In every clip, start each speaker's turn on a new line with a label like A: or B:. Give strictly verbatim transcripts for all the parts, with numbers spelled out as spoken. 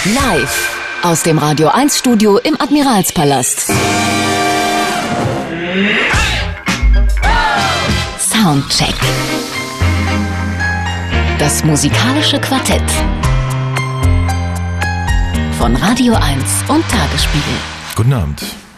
A: Live aus dem Radio eins Studio im Admiralspalast. Soundcheck. Das musikalische Quartett von Radio eins und Tagesspiegel.
B: Guten Abend.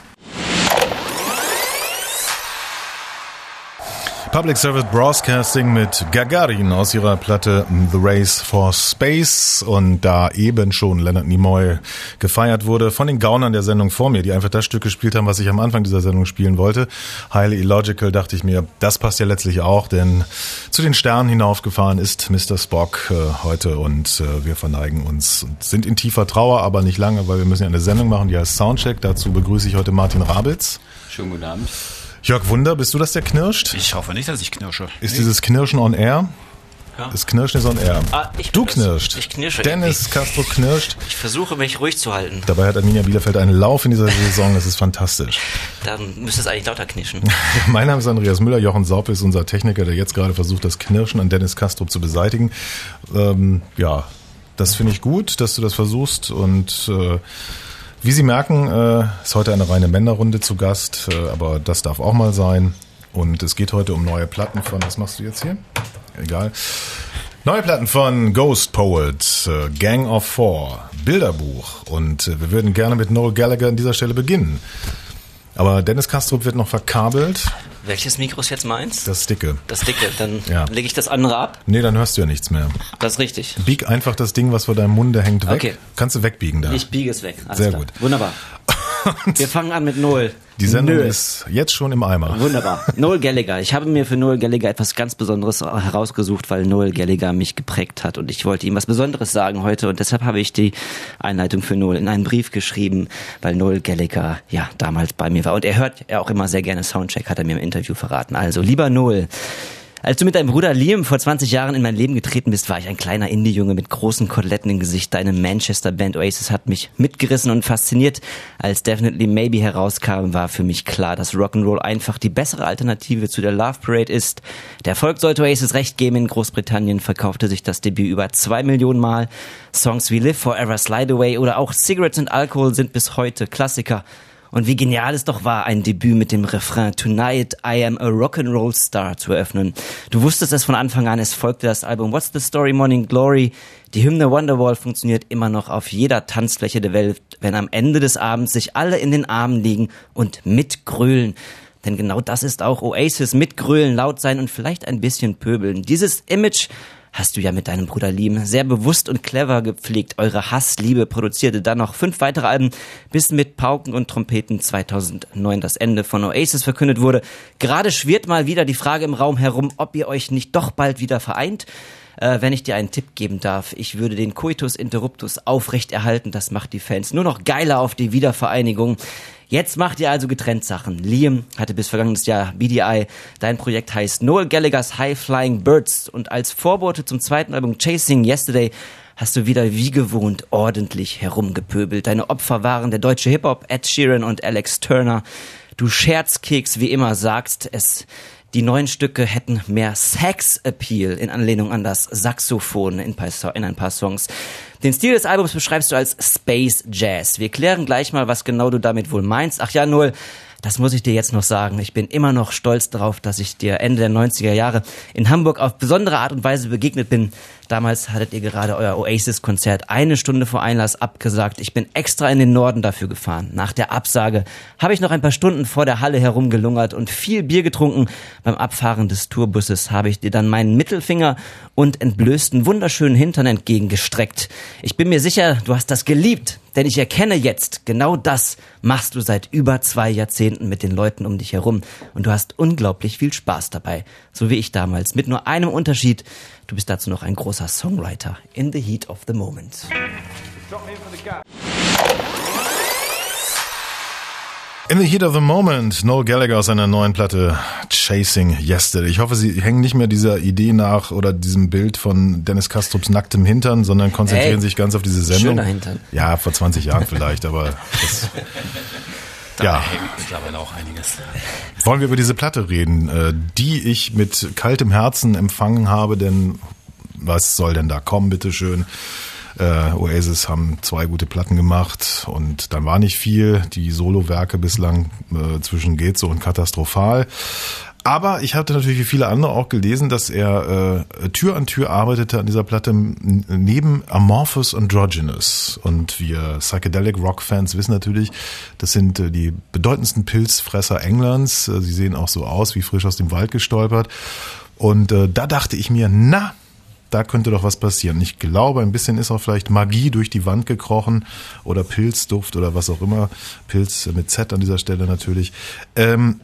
B: Public Service Broadcasting mit Gagarin aus ihrer Platte The Race for Space, und da eben schon Leonard Nimoy gefeiert wurde von den Gaunern der Sendung vor mir, die einfach das Stück gespielt haben, was ich am Anfang dieser Sendung spielen wollte, Highly Illogical, dachte ich mir, das passt ja letztlich auch, denn zu den Sternen hinaufgefahren ist Mister Spock äh, heute, und äh, wir verneigen uns und sind in tiefer Trauer, aber nicht lange, weil wir müssen ja eine Sendung machen, die heißt Soundcheck. Dazu begrüße ich heute Martin Rabitz.
C: Schönen guten Abend.
B: Jörg Wunder, bist du das, der knirscht?
C: Ich hoffe nicht, dass ich knirsche.
B: Ist
C: nee.
B: dieses Knirschen on air?
C: Ja.
B: Das Knirschen ist on air.
D: Ah, ich
B: du
D: das.
B: knirscht.
D: Ich knirsche.
B: Dennis Castro knirscht.
D: Ich versuche, mich ruhig zu halten.
B: Dabei hat Arminia Bielefeld einen Lauf in dieser Saison. Das ist fantastisch.
D: Dann müsste es eigentlich lauter knirschen.
B: Mein Name ist Andreas Müller. Jochen Saupe ist unser Techniker, der jetzt gerade versucht, das Knirschen an Dennis Castro zu beseitigen. Ähm, ja, das finde ich gut, dass du das versuchst, und äh, wie Sie merken, äh, ist heute eine reine Männerrunde zu Gast, äh, aber das darf auch mal sein. Und es geht heute um neue Platten von, was machst du jetzt hier? Egal. Neue Platten von Ghost Poet, äh, Gang of Four, Bilderbuch. Und äh, wir würden gerne mit Noel Gallagher an dieser Stelle beginnen. Aber Dennis Castro wird noch verkabelt.
D: Welches Mikro ist jetzt meins?
B: Das dicke.
D: Das dicke, dann
B: ja.
D: lege ich das andere ab.
B: Nee, dann hörst du ja nichts mehr.
D: Das ist richtig.
B: Bieg einfach das Ding, was vor deinem Munde hängt, weg.
D: Okay.
B: Kannst du wegbiegen da.
D: Ich biege es weg. Alles
B: Sehr
D: klar.
B: gut.
D: Wunderbar. Wir fangen an mit Noel.
B: Die Sendung
D: Noel.
B: ist jetzt schon im Eimer.
D: Wunderbar. Noel Gallagher. Ich habe mir für Noel Gallagher etwas ganz Besonderes herausgesucht, weil Noel Gallagher mich geprägt hat, und ich wollte ihm was Besonderes sagen heute, und deshalb habe ich die Einleitung für Noel in einen Brief geschrieben, weil Noel Gallagher ja damals bei mir war, und er hört ja auch immer sehr gerne Soundcheck, hat er mir im Interview verraten. Also, lieber Noel, als du mit deinem Bruder Liam vor zwanzig Jahren in mein Leben getreten bist, war ich ein kleiner Indie-Junge mit großen Koteletten im Gesicht. Deine Manchester-Band Oasis hat mich mitgerissen und fasziniert. Als Definitely Maybe herauskam, war für mich klar, dass Rock'n'Roll einfach die bessere Alternative zu der Love Parade ist. Der Erfolg sollte Oasis recht geben. In Großbritannien verkaufte sich das Debüt über zwei Millionen Mal. Songs wie Live Forever, Slide Away oder auch Cigarettes and Alcohol sind bis heute Klassiker. Und wie genial es doch war, ein Debüt mit dem Refrain Tonight I am a Rock'n'Roll Star zu eröffnen. Du wusstest es von Anfang an, es folgte das Album What's the Story, Morning Glory. Die Hymne Wonderwall funktioniert immer noch auf jeder Tanzfläche der Welt, wenn am Ende des Abends sich alle in den Armen liegen und mitgrölen. Denn genau das ist auch Oasis, mitgrölen, laut sein und vielleicht ein bisschen pöbeln. Dieses Image hast du ja mit deinem Bruder Liam sehr bewusst und clever gepflegt. Eure Hassliebe produzierte dann noch fünf weitere Alben, bis mit Pauken und Trompeten zweitausendneun das Ende von Oasis verkündet wurde. Gerade schwirrt mal wieder die Frage im Raum herum, ob ihr euch nicht doch bald wieder vereint. Äh, wenn ich dir einen Tipp geben darf, ich würde den Coitus Interruptus aufrechterhalten. Das macht die Fans nur noch geiler auf die Wiedervereinigung. Jetzt macht ihr also getrennt Sachen. Liam hatte bis vergangenes Jahr B D I. Dein Projekt heißt Noel Gallaghers High Flying Birds. Und als Vorbote zum zweiten Album Chasing Yesterday hast du wieder wie gewohnt ordentlich herumgepöbelt. Deine Opfer waren der deutsche Hip-Hop, Ed Sheeran und Alex Turner. Du Scherzkeks wie immer sagst, es... Die neuen Stücke hätten mehr Sex-Appeal in Anlehnung an das Saxophon in ein paar Songs. Den Stil des Albums beschreibst du als Space Jazz. Wir klären gleich mal, was genau du damit wohl meinst. Ach ja, Noel, das muss ich dir jetzt noch sagen. Ich bin immer noch stolz darauf, dass ich dir Ende der neunziger Jahre in Hamburg auf besondere Art und Weise begegnet bin. Damals hattet ihr gerade euer Oasis-Konzert eine Stunde vor Einlass abgesagt. Ich bin extra in den Norden dafür gefahren. Nach der Absage habe ich noch ein paar Stunden vor der Halle herumgelungert und viel Bier getrunken. Beim Abfahren des Tourbusses habe ich dir dann meinen Mittelfinger und entblößten wunderschönen Hintern entgegengestreckt. Ich bin mir sicher, du hast das geliebt, denn ich erkenne jetzt, genau das machst du seit über zwei Jahrzehnten mit den Leuten um dich herum. Und du hast unglaublich viel Spaß dabei, so wie ich damals, mit nur einem Unterschied. Du bist dazu noch ein großer Songwriter. In the heat of the moment.
B: In the heat of the moment, Noel Gallagher aus seiner neuen Platte Chasing Yesterday. Ich hoffe, Sie hängen nicht mehr dieser Idee nach oder diesem Bild von Dennis Castros nacktem Hintern, sondern konzentrieren
D: Ey,
B: sich ganz auf diese Sendung.
D: Schöner Hintern.
B: Ja, vor zwanzig Jahren vielleicht, aber das, ja.
C: Mittlerweile auch einiges.
B: Wollen wir über diese Platte reden, die ich mit kaltem Herzen empfangen habe, denn was soll denn da kommen, bitteschön? Äh, Oasis haben zwei gute Platten gemacht und dann war nicht viel. Die Solowerke bislang äh, zwischen geht so und katastrophal. Aber ich hatte natürlich wie viele andere auch gelesen, dass er äh, Tür an Tür arbeitete an dieser Platte neben Amorphous Androgynous. Und wir Psychedelic Rock Fans wissen natürlich, das sind äh, die bedeutendsten Pilzfresser Englands. Äh, sie sehen auch so aus wie frisch aus dem Wald gestolpert. Und äh, da dachte ich mir, na, da könnte doch was passieren. Ich glaube, ein bisschen ist auch vielleicht Magie durch die Wand gekrochen oder Pilzduft oder was auch immer. Pilz mit Z an dieser Stelle natürlich. Ähm,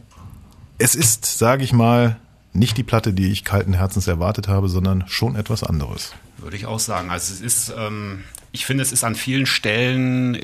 B: Es ist, sage ich mal, nicht die Platte, die ich kalten Herzens erwartet habe, sondern schon etwas anderes.
C: Würde ich auch sagen. Also es ist, ähm, ich finde, es ist an vielen Stellen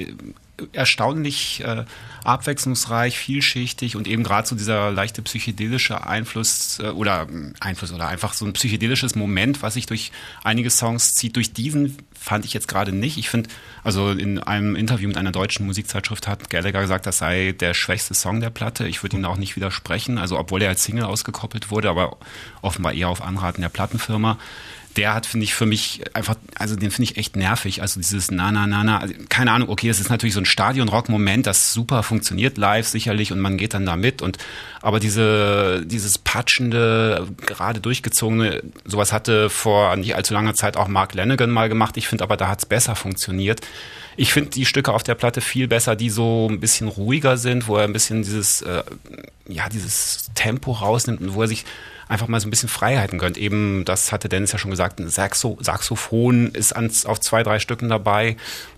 C: erstaunlich äh, abwechslungsreich, vielschichtig und eben gerade so dieser leichte psychedelische Einfluss äh, oder Einfluss oder einfach so ein psychedelisches Moment, was sich durch einige Songs zieht. Durch diesen fand ich jetzt gerade nicht. Ich finde, also in einem Interview mit einer deutschen Musikzeitschrift hat Gallagher gesagt, das sei der schwächste Song der Platte. Ich würde ihm auch nicht widersprechen, also obwohl er als Single ausgekoppelt wurde, aber offenbar eher auf Anraten der Plattenfirma. Der hat, finde ich, für mich einfach, also den finde ich echt nervig. Also dieses na, na, na, na, also keine Ahnung, okay, es ist natürlich so ein Stadion-Rock-Moment, das super funktioniert live sicherlich und man geht dann da mit und, aber diese, dieses patschende, gerade durchgezogene, sowas hatte vor nicht allzu langer Zeit auch Mark Lanegan mal gemacht. Ich finde aber, da hat es besser funktioniert. Ich finde die Stücke auf der Platte viel besser, die so ein bisschen ruhiger sind, wo er ein bisschen dieses, äh, ja, dieses Tempo rausnimmt und wo er sich einfach mal so ein bisschen Freiheiten gönnt. Eben, das hatte Dennis ja schon gesagt, ein Saxo, Saxophon ist ans, auf zwei, drei Stücken dabei.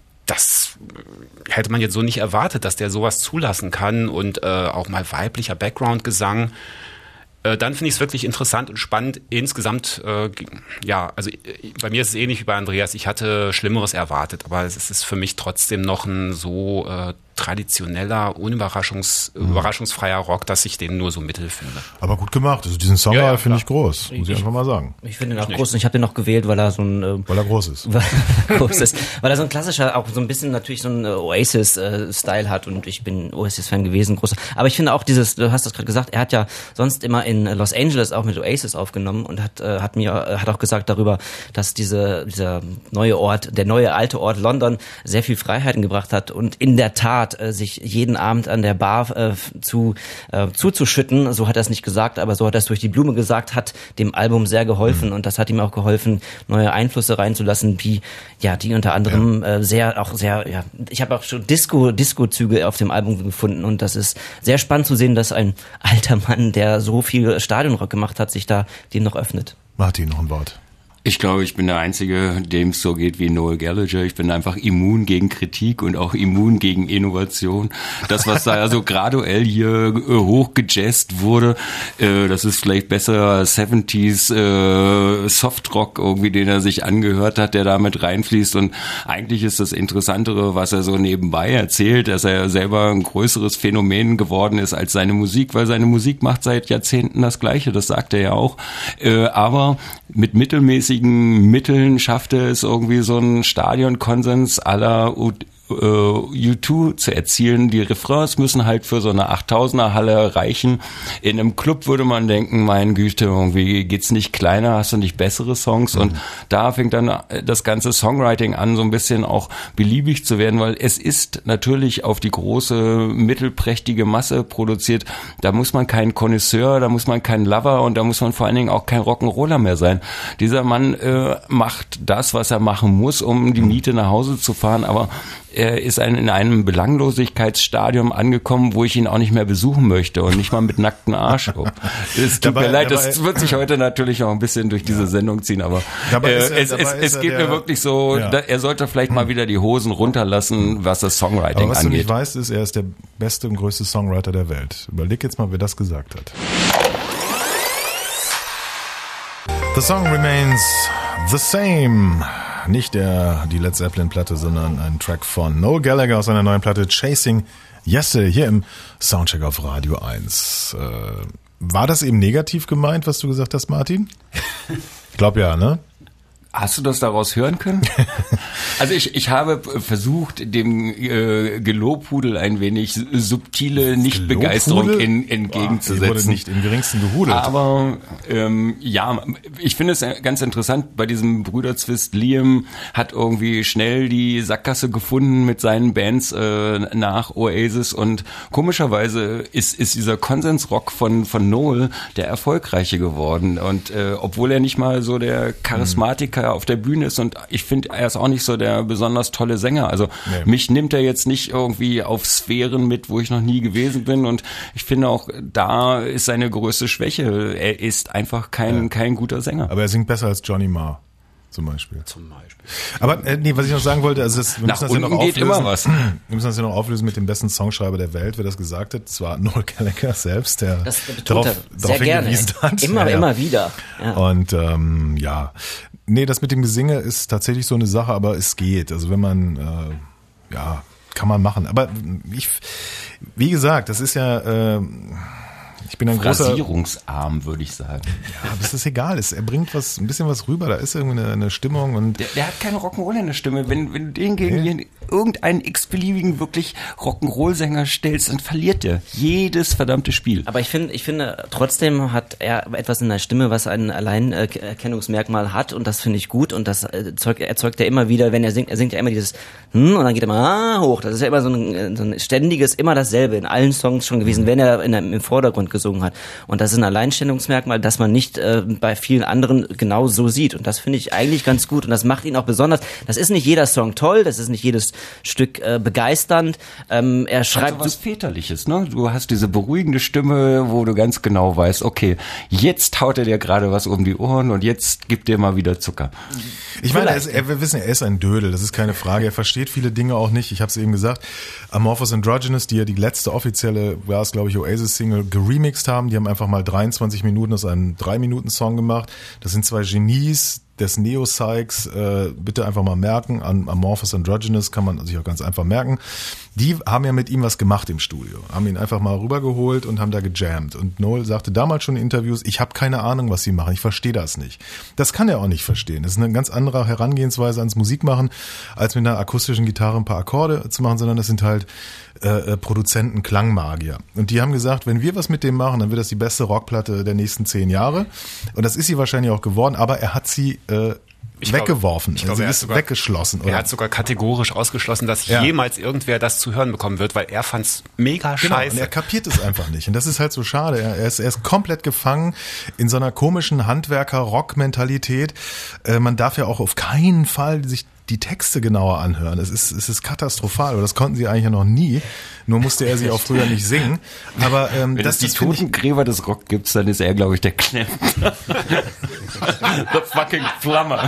C: Das hätte man jetzt so nicht erwartet, dass der sowas zulassen kann und äh, auch mal weiblicher Background-Gesang. Äh, dann finde ich es wirklich interessant und spannend. Insgesamt, äh, ja, also bei mir ist es ähnlich wie bei Andreas. Ich hatte Schlimmeres erwartet, aber es ist für mich trotzdem noch ein so äh, traditioneller, unüberraschungs, mhm. überraschungsfreier Rock, dass ich den nur so mittel finde.
B: Aber gut gemacht. Also diesen Song ja, ja, finde ich groß, muss ich, ich einfach mal sagen.
D: Ich finde ihn auch groß und ich habe den noch gewählt, weil er so ein... Äh,
B: weil er groß ist.
D: Weil er groß ist. Weil er so ein klassischer, auch so ein bisschen natürlich so ein Oasis-Style äh, hat und ich bin Oasis-Fan gewesen, großer. Aber ich finde auch dieses, du hast das gerade gesagt, er hat ja sonst immer in Los Angeles auch mit Oasis aufgenommen und hat, äh, hat mir, äh, hat auch gesagt darüber, dass diese, dieser neue Ort, der neue alte Ort London sehr viel Freiheiten gebracht hat und in der Tat sich jeden Abend an der Bar äh, zu äh, zuzuschütten, so hat er es nicht gesagt, aber so hat er es durch die Blume gesagt, hat dem Album sehr geholfen mhm. und das hat ihm auch geholfen, neue Einflüsse reinzulassen, wie ja die unter anderem ja. äh, sehr auch sehr ja ich habe auch schon Disco Disco-Züge auf dem Album gefunden und das ist sehr spannend zu sehen, dass ein alter Mann, der so viel Stadionrock gemacht hat, sich da dem noch öffnet.
B: Martin, noch ein Wort.
E: Ich glaube, ich bin der Einzige, dem es so geht wie Noel Gallagher. Ich bin einfach immun gegen Kritik und auch immun gegen Innovation. Das, was da ja so graduell hier äh, hochgejazzt wurde, äh, das ist vielleicht besser siebziger äh, Softrock irgendwie, den er sich angehört hat, der da mit reinfließt. Und eigentlich ist das Interessantere, was er so nebenbei erzählt, dass er selber ein größeres Phänomen geworden ist als seine Musik, weil seine Musik macht seit Jahrzehnten das Gleiche, das sagt er ja auch. Äh, aber mit mittelmäßig Mitteln schaffte es irgendwie so einen Stadionkonsens à la U zwei zu erzielen. Die Refrains müssen halt für so eine achttausender Halle reichen. In einem Club würde man denken, mein Güte, irgendwie geht's nicht kleiner, hast du nicht bessere Songs? Mhm. Und da fängt dann das ganze Songwriting an, so ein bisschen auch beliebig zu werden, weil es ist natürlich auf die große, mittelprächtige Masse produziert. Da muss man kein Connoisseur, da muss man kein Lover und da muss man vor allen Dingen auch kein Rock'n'Roller mehr sein. Dieser Mann äh, macht das, was er machen muss, um die Miete nach Hause zu fahren, aber er ist ein, in einem Belanglosigkeitsstadium angekommen, wo ich ihn auch nicht mehr besuchen möchte und nicht mal mit nacktem Arsch. Es tut dabei, mir leid, dabei, das wird sich heute natürlich auch ein bisschen durch diese ja. Sendung ziehen, aber äh, er, es, es, es geht der, mir wirklich so, ja. da, er sollte vielleicht hm. mal wieder die Hosen runterlassen, was das Songwriting
B: aber was
C: angeht.
B: Was du nicht weißt, ist, er ist der beste und größte Songwriter der Welt. Überleg jetzt mal, wer das gesagt hat. The song remains the same. Nicht der, die Led Zeppelin-Platte, sondern ein Track von Noel Gallagher aus seiner neuen Platte Chasing Yesterday hier im Soundcheck auf Radio eins. Äh, war das eben negativ gemeint, was du gesagt hast, Martin? Ich glaube ja, ne?
E: Hast du das daraus hören können? Also ich, ich habe versucht, dem äh, Gelobhudel ein wenig subtile Nichtbegeisterung in, entgegenzusetzen.
B: Boah, die wurde nicht im geringsten gehudelt.
E: Aber ähm, ja, ich finde es ganz interessant, bei diesem Brüderzwist, Liam hat irgendwie schnell die Sackgasse gefunden mit seinen Bands äh, nach Oasis und komischerweise ist, ist dieser Konsensrock von, von Noel der erfolgreiche geworden. Und äh, obwohl er nicht mal so der Charismatiker auf der Bühne ist und ich finde, er ist auch nicht so der besonders tolle Sänger. Also nee. Mich nimmt er jetzt nicht irgendwie auf Sphären mit, wo ich noch nie gewesen bin und ich finde auch, da ist seine größte Schwäche. Er ist einfach kein, ja. kein guter Sänger.
B: Aber er singt besser als Johnny Marr. Zum Beispiel.
C: Zum Beispiel.
B: Aber äh, nee, was ich noch sagen wollte, also das, wir
E: Nach
B: müssen das ja noch
E: geht
B: auflösen.
E: Immer was.
B: Wir müssen das ja noch auflösen mit dem besten Songschreiber der Welt, wer das gesagt hat. Das war Noel Gallagher selbst, der
D: das
B: darauf,
D: er sehr
B: darauf
D: gerne.
B: hingewiesen hat.
D: Immer,
B: ja, ja.
D: immer wieder. Ja.
B: Und ähm, ja, nee, das mit dem Gesinge ist tatsächlich so eine Sache, aber es geht. Also wenn man, äh, ja, kann man machen. Aber ich, wie gesagt, das ist ja... Äh, Ich bin ein großer
E: Rasierungsarm, würde ich sagen.
B: Ja, aber es ist egal. Es, er bringt was, ein bisschen was rüber. Da ist irgendwie eine, eine Stimmung und
E: der, der hat keine Rock'n'Roll in der Stimme. Wenn, wenn du den gegen nee. irgendeinen x-beliebigen wirklich Rock'n'Roll-Sänger stellst, dann verliert der jedes verdammte Spiel.
D: Aber ich finde, ich finde, trotzdem hat er etwas in der Stimme, was ein Alleinerkennungsmerkmal hat und das finde ich gut und das erzeugt, erzeugt er immer wieder, wenn er singt. Er singt ja immer dieses hm und dann geht er mal ah, hoch. Das ist ja immer so ein, so ein ständiges, immer dasselbe in allen Songs schon gewesen, wenn er in der, im Vordergrund gesungen hat. Und das ist ein Alleinstellungsmerkmal, das man nicht äh, bei vielen anderen genau so sieht. Und das finde ich eigentlich ganz gut. Und das macht ihn auch besonders. Das ist nicht jeder Song toll, das ist nicht jedes Stück äh, begeisternd. Ähm, er schreibt
E: also was Väterliches, ne? Du hast diese beruhigende Stimme, wo du ganz genau weißt, okay, jetzt haut er dir gerade was um die Ohren und jetzt gibt dir mal wieder Zucker.
B: Ich meine, er ist, er, wir wissen, er ist ein Dödel, das ist keine Frage. Er versteht viele Dinge auch nicht. Ich habe es eben gesagt. Amorphous Androgynous, die ja die letzte offizielle, war es glaube ich, Oasis-Single geremixed haben. Die haben einfach mal dreiundzwanzig Minuten aus einem drei Minuten Song gemacht. Das sind zwei Genies des Neo-Psychs. Äh, bitte einfach mal merken. An Amorphous Androgynous kann man sich auch ganz einfach merken. Die haben ja mit ihm was gemacht im Studio. Haben ihn einfach mal rübergeholt und haben da gejammt. Und Noel sagte damals schon in Interviews, ich habe keine Ahnung, was sie machen. Ich verstehe das nicht. Das kann er auch nicht verstehen. Das ist eine ganz andere Herangehensweise ans Musikmachen, als mit einer akustischen Gitarre ein paar Akkorde zu machen, sondern das sind halt äh, Produzenten, Klangmagier. Und die haben gesagt, wenn wir was mit dem machen, dann wird das die beste Rockplatte der nächsten zehn Jahre. Und das ist sie wahrscheinlich auch geworden, aber er hat sie äh, Ich weggeworfen,
C: glaube, ich glaube,
B: sie
C: er
B: ist
C: sogar,
B: weggeschlossen. Oder?
C: Er hat sogar kategorisch ausgeschlossen, dass
B: ja.
C: jemals irgendwer das zu hören bekommen wird, weil er fand's mega
B: genau,
C: scheiße.
B: Und er kapiert es einfach nicht. Und das ist halt so schade. Er ist, er ist komplett gefangen in so einer komischen Handwerker-Rock-Mentalität. Äh, man darf ja auch auf keinen Fall sich die Texte genauer anhören. Es ist, es ist katastrophal, aber das konnten sie eigentlich ja noch nie. Nur musste er sie auch früher nicht singen. Aber ähm,
E: wenn
B: das,
E: es die Totengräber des Rock gibt, dann ist er, glaube ich, der Klempner. The fucking Plumber.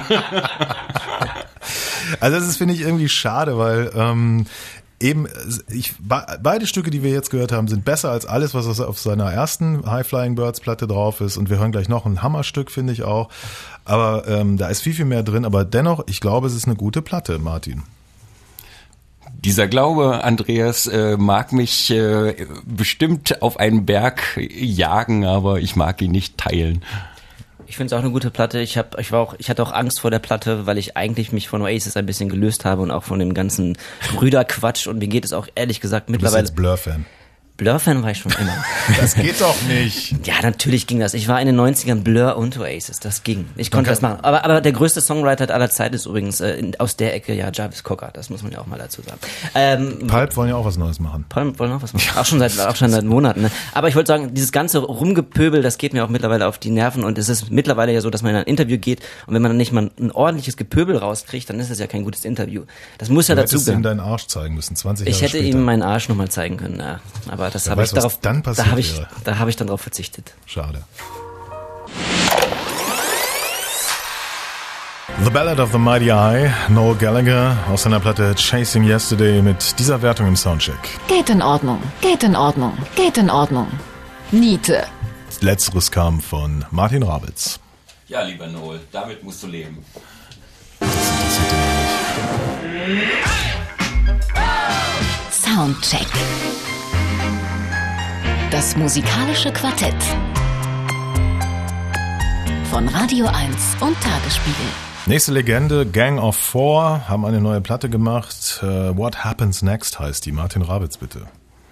B: Also das ist, finde ich, irgendwie schade, weil ähm, eben ich, beide Stücke, die wir jetzt gehört haben, sind besser als alles, was auf seiner ersten High Flying Birds Platte drauf ist. Und wir hören gleich noch ein Hammerstück, finde ich auch. Aber ähm, da ist viel, viel mehr drin. Aber dennoch, ich glaube, es ist eine gute Platte, Martin.
E: Dieser Glaube, Andreas, äh, mag mich äh, bestimmt auf einen Berg jagen, aber ich mag ihn nicht teilen.
D: Ich finde es auch eine gute Platte. Ich habe, ich war auch, ich hatte auch Angst vor der Platte, weil ich eigentlich mich von Oasis ein bisschen gelöst habe und auch von dem ganzen Brüderquatsch. Und mir geht es auch ehrlich gesagt mittlerweile.
B: Du bist jetzt Blur-Fan.
D: Blur-Fan war ich schon immer.
B: Das geht doch nicht.
D: Ja, natürlich ging das. Ich war in den neunzigern Blur und Oasis. Das ging. Ich konnte okay. das machen. Aber, aber der größte Songwriter aller Zeit ist übrigens äh, in, aus der Ecke ja Jarvis Cocker. Das muss man ja auch mal dazu sagen. Ähm,
B: Pulp wollen ja auch was Neues machen.
D: Pulp wollen auch was machen. Auch schon seit, auch schon seit Monaten. Ne? Aber ich wollte sagen, dieses ganze Rumgepöbel, das geht mir auch mittlerweile auf die Nerven. Und es ist mittlerweile ja so, dass man in ein Interview geht und wenn man dann nicht mal ein ordentliches Gepöbel rauskriegt, dann ist das ja kein gutes Interview. Das muss ja
B: du
D: dazu
B: gehören. Du hättest ihm deinen Arsch zeigen müssen, zwanzig Jahre
D: Ich hätte
B: später.
D: ihm meinen Arsch nochmal zeigen können. Ja. Aber das habe ich darauf...
B: Dann
D: da habe ich, da habe ich dann drauf verzichtet.
B: Schade. The Ballad of the Mighty Eye, Noel Gallagher aus seiner Platte Chasing Yesterday mit dieser Wertung im Soundcheck.
A: Geht in Ordnung, geht in Ordnung, geht in Ordnung. Niete.
B: Letzteres kam von Martin Rabitz.
E: Ja, lieber Noel, damit musst du leben.
B: Das interessiert ihn nicht.
A: Soundcheck. Das musikalische Quartett von Radio eins und Tagesspiegel.
B: Nächste Legende, Gang of Four, haben eine neue Platte gemacht. Uh, What Happens Next heißt die. Martin Rawitz, bitte.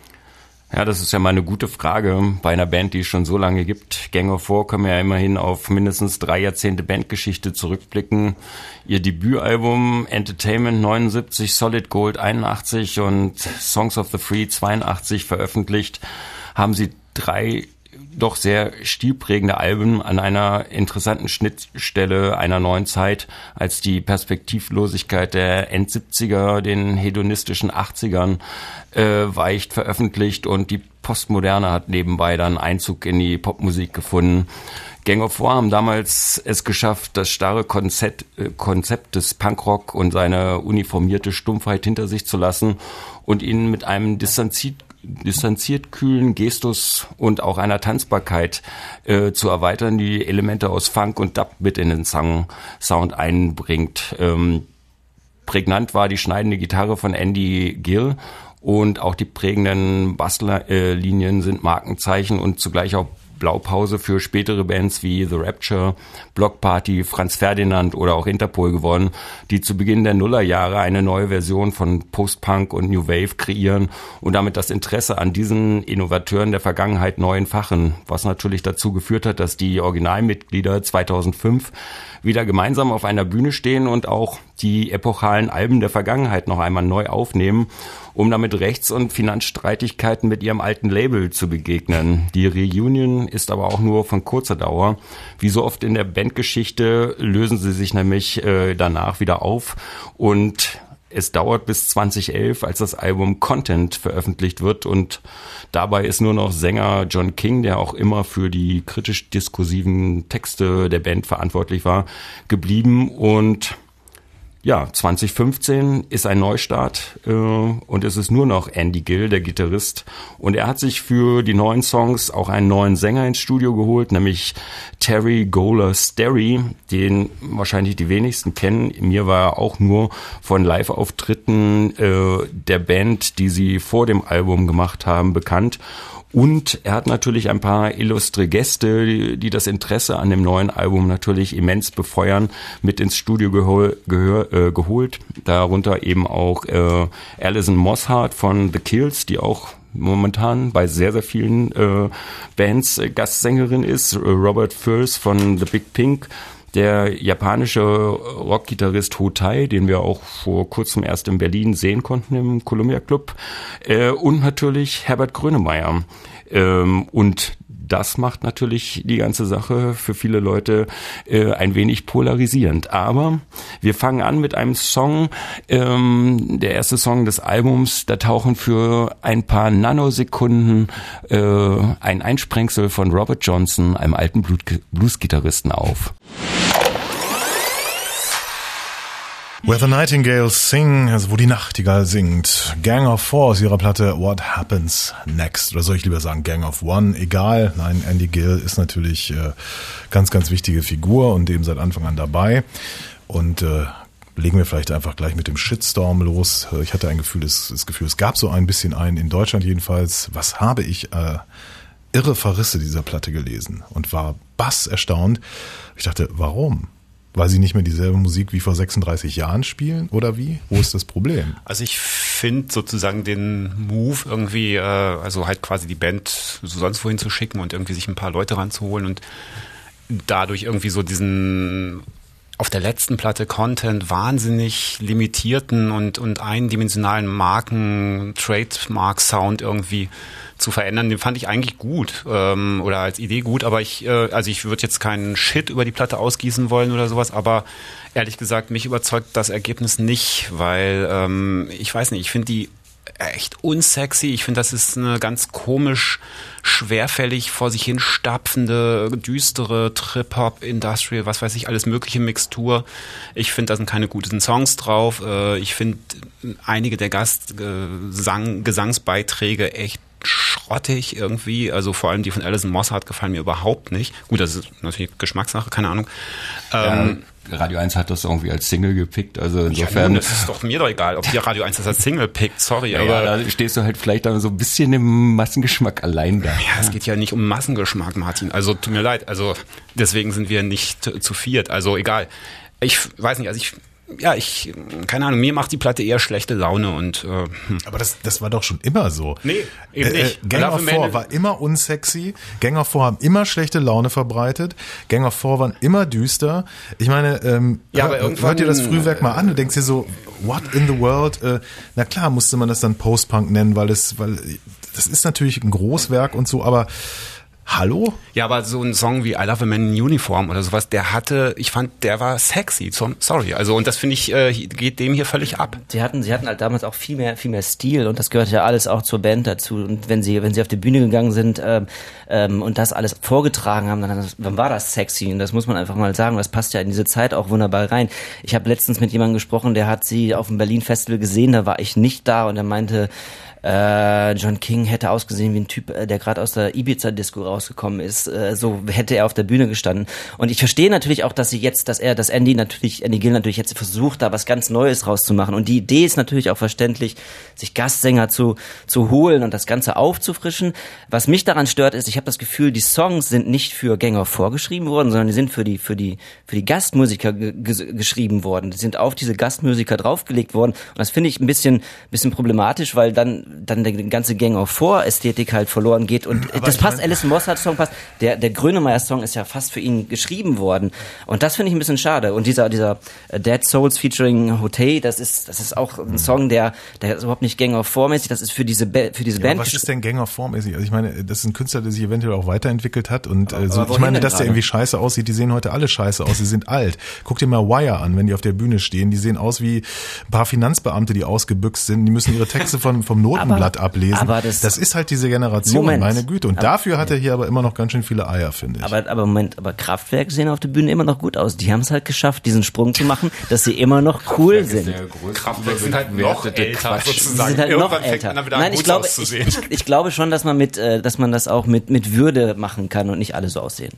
E: Ja, das ist ja mal eine gute Frage bei einer Band, die es schon so lange gibt. Gang of Four können wir ja immerhin auf mindestens drei Jahrzehnte Bandgeschichte zurückblicken. Ihr Debütalbum Entertainment neunundsiebzig, Solid Gold einundachtzig und Songs of the Free zweiundachtzig veröffentlicht, haben sie drei doch sehr stilprägende Alben an einer interessanten Schnittstelle einer neuen Zeit, als die Perspektivlosigkeit der End-siebziger den hedonistischen achtzigern äh, weicht, veröffentlicht und die Postmoderne hat nebenbei dann Einzug in die Popmusik gefunden. Gang of Four haben damals es geschafft, das starre Konzept, äh, Konzept des Punkrock und seine uniformierte Stumpfheit hinter sich zu lassen und ihn mit einem distanziert distanziert kühlen Gestus und auch einer Tanzbarkeit äh, zu erweitern, die Elemente aus Funk und Dub mit in den Song Sound einbringt. Ähm, prägnant war die schneidende Gitarre von Andy Gill und auch die prägenden Basslinien sind Markenzeichen und zugleich auch Blaupause für spätere Bands wie The Rapture, Block Party, Franz Ferdinand oder auch Interpol geworden, die zu Beginn der Nullerjahre eine neue Version von Post-Punk und New Wave kreieren und damit das Interesse an diesen Innovateuren der Vergangenheit neu entfachen, was natürlich dazu geführt hat, dass die Originalmitglieder zweitausendfünf wieder gemeinsam auf einer Bühne stehen und auch die epochalen Alben der Vergangenheit noch einmal neu aufnehmen, um damit Rechts- und Finanzstreitigkeiten mit ihrem alten Label zu begegnen. Die Reunion ist aber auch nur von kurzer Dauer. Wie so oft in der Bandgeschichte lösen sie sich nämlich äh, danach wieder auf und es dauert bis zweitausendelf, als das Album Content veröffentlicht wird und dabei ist nur noch Sänger John King, der auch immer für die kritisch-diskursiven Texte der Band verantwortlich war, geblieben und ja, zwanzig fünfzehn ist ein Neustart äh, und es ist nur noch Andy Gill, der Gitarrist. Und er hat sich für die neuen Songs auch einen neuen Sänger ins Studio geholt, nämlich Terry Goler-Sterry, den wahrscheinlich die wenigsten kennen. Mir war er auch nur von Live-Auftritten äh, der Band, die sie vor dem Album gemacht haben, bekannt. Und er hat natürlich ein paar illustre Gäste, die, die das Interesse an dem neuen Album natürlich immens befeuern, mit ins Studio gehol, gehör, äh, geholt. Darunter eben auch äh, Alison Mosshart von The Kills, die auch momentan bei sehr, sehr vielen äh, Bands äh, Gastsängerin ist. Robert Furse von The Big Pink. Der japanische Rockgitarrist Hotai, den wir auch vor kurzem erst in Berlin sehen konnten im Columbia Club. Äh, und natürlich Herbert Grönemeyer. Ähm, und das macht natürlich die ganze Sache für viele Leute äh, ein wenig polarisierend. Aber wir fangen an mit einem Song, ähm, der erste Song des Albums. Da tauchen für ein paar Nanosekunden äh, ein Einsprengsel von Robert Johnson, einem alten Blues-Gitarristen, auf.
B: Where the Nightingales Sing, also wo die Nachtigall singt. Gang of Four aus ihrer Platte What Happens Next. Oder soll ich lieber sagen Gang of One? Egal. Nein, Andy Gill ist natürlich äh, ganz, ganz wichtige Figur und eben seit Anfang an dabei. Und äh, legen wir vielleicht einfach gleich mit dem Shitstorm los. Ich hatte ein Gefühl, das, das Gefühl, es gab so ein bisschen einen, in Deutschland jedenfalls. Was habe ich äh, irre Verrisse dieser Platte gelesen und war bass erstaunt. Ich dachte, warum? Weil sie nicht mehr dieselbe Musik wie vor sechsunddreißig Jahren spielen oder wie? Wo ist das Problem?
C: Also ich finde sozusagen den Move irgendwie, äh, also halt quasi die Band sonst wohin zu schicken und irgendwie sich ein paar Leute ranzuholen und dadurch irgendwie so diesen auf der letzten Platte Content wahnsinnig limitierten und, und eindimensionalen Marken, Trademark-Sound irgendwie zu verändern, den fand ich eigentlich gut ähm, oder als Idee gut, aber ich, äh, also ich würde jetzt keinen Shit über die Platte ausgießen wollen oder sowas, aber ehrlich gesagt, mich überzeugt das Ergebnis nicht, weil ähm, ich weiß nicht, ich finde die echt unsexy, ich finde, das ist eine ganz komisch, schwerfällig vor sich hin stapfende, düstere Trip-Hop, Industrial, was weiß ich, alles mögliche Mixtur. Ich finde, da sind keine guten Songs drauf. Ich finde einige der Gast-Gesangsbeiträge echt schrottig irgendwie, also vor allem die von Alison Mosshart gefallen mir überhaupt nicht. Gut, das ist natürlich Geschmackssache, keine Ahnung.
E: Ja,
C: ähm,
E: Radio eins hat das irgendwie als Single gepickt, also insofern...
C: Ja, nun, das ist doch mir doch egal, ob die Radio eins das als Single pickt, sorry.
E: Ja,
C: aber
E: ja, da stehst du halt vielleicht dann so ein bisschen im Massengeschmack allein da.
C: Ja, es geht ja nicht um Massengeschmack, Martin, also tut mir leid, also deswegen sind wir nicht zu viert, also egal. ich weiß nicht, also ich ja, ich, keine Ahnung, mir macht die Platte eher schlechte Laune und äh, hm.
B: Aber das, das war doch schon immer so.
C: Nee, eben
B: äh,
C: nicht.
B: Gang of Four war immer unsexy. Gang of Four haben immer schlechte Laune verbreitet. Gang of Four waren immer düster. Ich meine, ähm,
C: ja,
B: hör,
C: aber irgendwann,
B: hört dir das Frühwerk mal an. Du denkst dir so, what in the world? Äh, na klar, musste man das dann Post-Punk nennen, weil es, weil das ist natürlich ein Großwerk und so, aber hallo?
C: Ja, aber so ein Song wie I Love a Man in Uniform oder sowas, der hatte, ich fand, der war sexy, sorry. Also, und das finde ich, äh, geht dem hier völlig ab.
D: Sie hatten, sie hatten halt damals auch viel mehr, viel mehr Stil und das gehört ja alles auch zur Band dazu. Und wenn sie, wenn sie auf die Bühne gegangen sind, ähm, ähm, und das alles vorgetragen haben, dann, dann war das sexy und das muss man einfach mal sagen. Das passt ja in diese Zeit auch wunderbar rein. Ich habe letztens mit jemandem gesprochen, der hat sie auf dem Berlin Festival gesehen, da war ich nicht da und er meinte, Äh, John King hätte ausgesehen wie ein Typ, der gerade aus der Ibiza-Disco rausgekommen ist. Äh, so hätte er auf der Bühne gestanden. Und ich verstehe natürlich auch, dass sie jetzt, dass er, dass Andy natürlich, Andy Gill natürlich jetzt versucht, da was ganz Neues rauszumachen. Und die Idee ist natürlich auch verständlich, sich Gastsänger zu zu holen und das Ganze aufzufrischen. Was mich daran stört, ist, ich habe das Gefühl, die Songs sind nicht für Gang of Four geschrieben worden, sondern die sind für die für die für die Gastmusiker ge- ge- geschrieben worden. Die sind auf diese Gastmusiker draufgelegt worden. Und das finde ich ein bisschen bisschen problematisch, weil dann dann die ganze Gang of Four Ästhetik halt verloren geht und aber das passt, Alison Mosshart Song passt, der der Grönemeyer Song ist ja fast für ihn geschrieben worden und das finde ich ein bisschen schade und dieser dieser Dead Souls featuring Hotei, das ist das ist auch ein Song, der der ist überhaupt nicht Gang of Four mäßig, das ist für diese Ba- für diese
B: ja,
D: Band.
B: Was ist denn Gang of Four mäßig? Also ich meine, das ist ein Künstler, der sich eventuell auch weiterentwickelt hat und
D: aber,
B: äh, so,
D: aber
B: ich meine, dass
D: gerade?
B: der irgendwie scheiße aussieht, die sehen heute alle scheiße aus, sie sind alt. Guck dir mal Wire an, wenn die auf der Bühne stehen, die sehen aus wie ein paar Finanzbeamte, die ausgebüxt sind, die müssen ihre Texte von, vom Notenblatt
D: aber,
B: ablesen.
D: Aber das,
B: das ist halt diese Generation,
D: Moment.
B: meine Güte. Und
D: aber,
B: dafür hat er hier aber immer noch ganz schön viele Eier, finde ich.
D: Aber, aber Moment, aber Kraftwerk sehen auf der Bühne immer noch gut aus. Die haben es halt geschafft, diesen Sprung zu machen, dass sie immer noch cool sind.
C: Kraftwerk sind halt noch älter,
D: Sie sind halt noch älter. Nein, ich glaube, ich, ich, ich glaube schon, dass man mit, äh, dass man das auch mit, mit Würde machen kann und nicht alle so aussehen.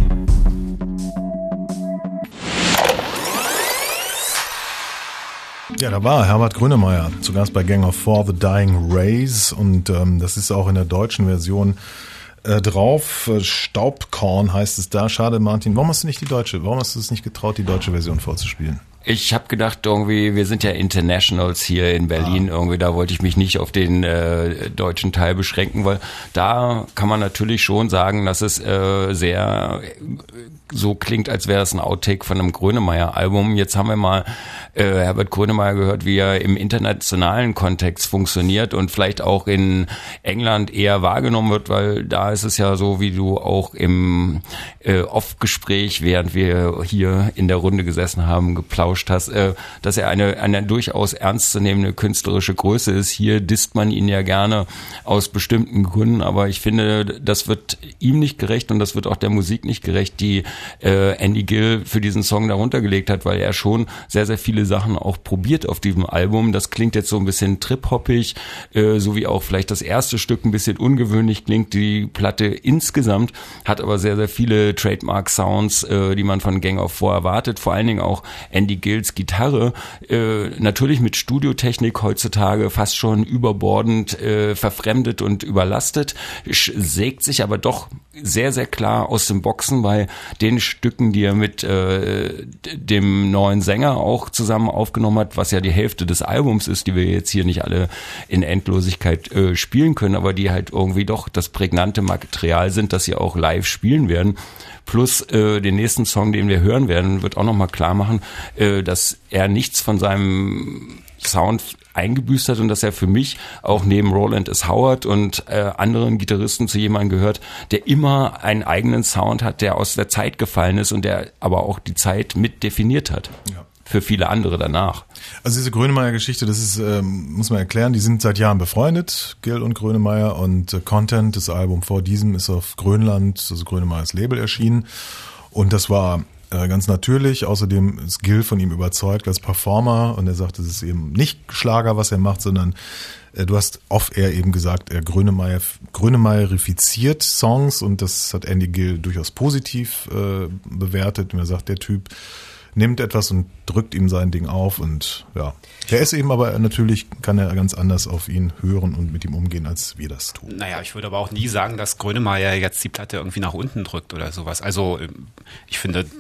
B: Ja, da war Herbert Grönemeyer zu Gast bei Gang of Four, The Dying Rays und ähm, das ist auch in der deutschen Version äh, drauf. Staubkorn heißt es da. Schade, Martin. Warum hast du nicht die deutsche? Warum hast du es nicht getraut, die deutsche Version vorzuspielen?
E: Ich habe gedacht, irgendwie, wir sind ja Internationals hier in Berlin, ah. irgendwie, da wollte ich mich nicht auf den äh, deutschen Teil beschränken, weil da kann man natürlich schon sagen, dass es äh, sehr äh, so klingt, als wäre es ein Outtake von einem Grönemeyer-Album. Jetzt haben wir mal äh, Herbert Grönemeyer gehört, wie er im internationalen Kontext funktioniert und vielleicht auch in England eher wahrgenommen wird, weil da ist es ja so, wie du auch im äh, Off-Gespräch, während wir hier in der Runde gesessen haben, geplauscht hast, äh, dass er eine, eine durchaus ernstzunehmende künstlerische Größe ist. Hier disst man ihn ja gerne aus bestimmten Gründen, aber ich finde, das wird ihm nicht gerecht und das wird auch der Musik nicht gerecht, die äh, Andy Gill für diesen Song darunter gelegt hat, weil er schon sehr, sehr viele Sachen auch probiert auf diesem Album. Das klingt jetzt so ein bisschen trip-hoppig, äh, so wie auch vielleicht das erste Stück ein bisschen ungewöhnlich klingt. Die Platte insgesamt hat aber sehr, sehr viele Trademark-Sounds, äh, die man von Gang of Four erwartet. Vor allen Dingen auch Andy Gills Gitarre, äh, natürlich mit Studiotechnik heutzutage fast schon überbordend äh, verfremdet und überlastet, sägt sich aber doch sehr, sehr klar aus den Boxen bei den Stücken, die er mit äh, dem neuen Sänger auch zusammen aufgenommen hat, was ja die Hälfte des Albums ist, die wir jetzt hier nicht alle in Endlosigkeit äh, spielen können, aber die halt irgendwie doch das prägnante Material sind, das sie auch live spielen werden. Plus äh, den nächsten Song, den wir hören werden, wird auch nochmal klar machen, äh, dass er nichts von seinem Sound eingebüßt hat und dass er für mich auch neben Roland S. Howard und äh, anderen Gitarristen zu jemandem gehört, der immer einen eigenen Sound hat, der aus der Zeit gefallen ist und der aber auch die Zeit mit definiert hat. Ja. Für viele andere danach.
B: Also diese Grönemeyer-Geschichte, das ist, ähm, muss man erklären, die sind seit Jahren befreundet, Gill und Grönemeyer, und äh, Content, das Album vor diesem, ist auf Grönland, also Grönemeyers Label, erschienen und das war äh, ganz natürlich. Außerdem ist Gill von ihm überzeugt als Performer und er sagt, es ist eben nicht Schlager, was er macht, sondern äh, du hast off-air eben gesagt, er Grönemeyer, Grönemeyerifiziert Songs und das hat Andy Gill durchaus positiv äh, bewertet und er sagt, der Typ nimmt etwas und drückt ihm sein Ding auf und ja. Der ist eben aber natürlich, kann er ganz anders auf ihn hören und mit ihm umgehen, als wir das tun.
C: Naja, ich würde aber auch nie sagen, dass Grönemeyer jetzt die Platte irgendwie nach unten drückt oder sowas. Also ich finde, der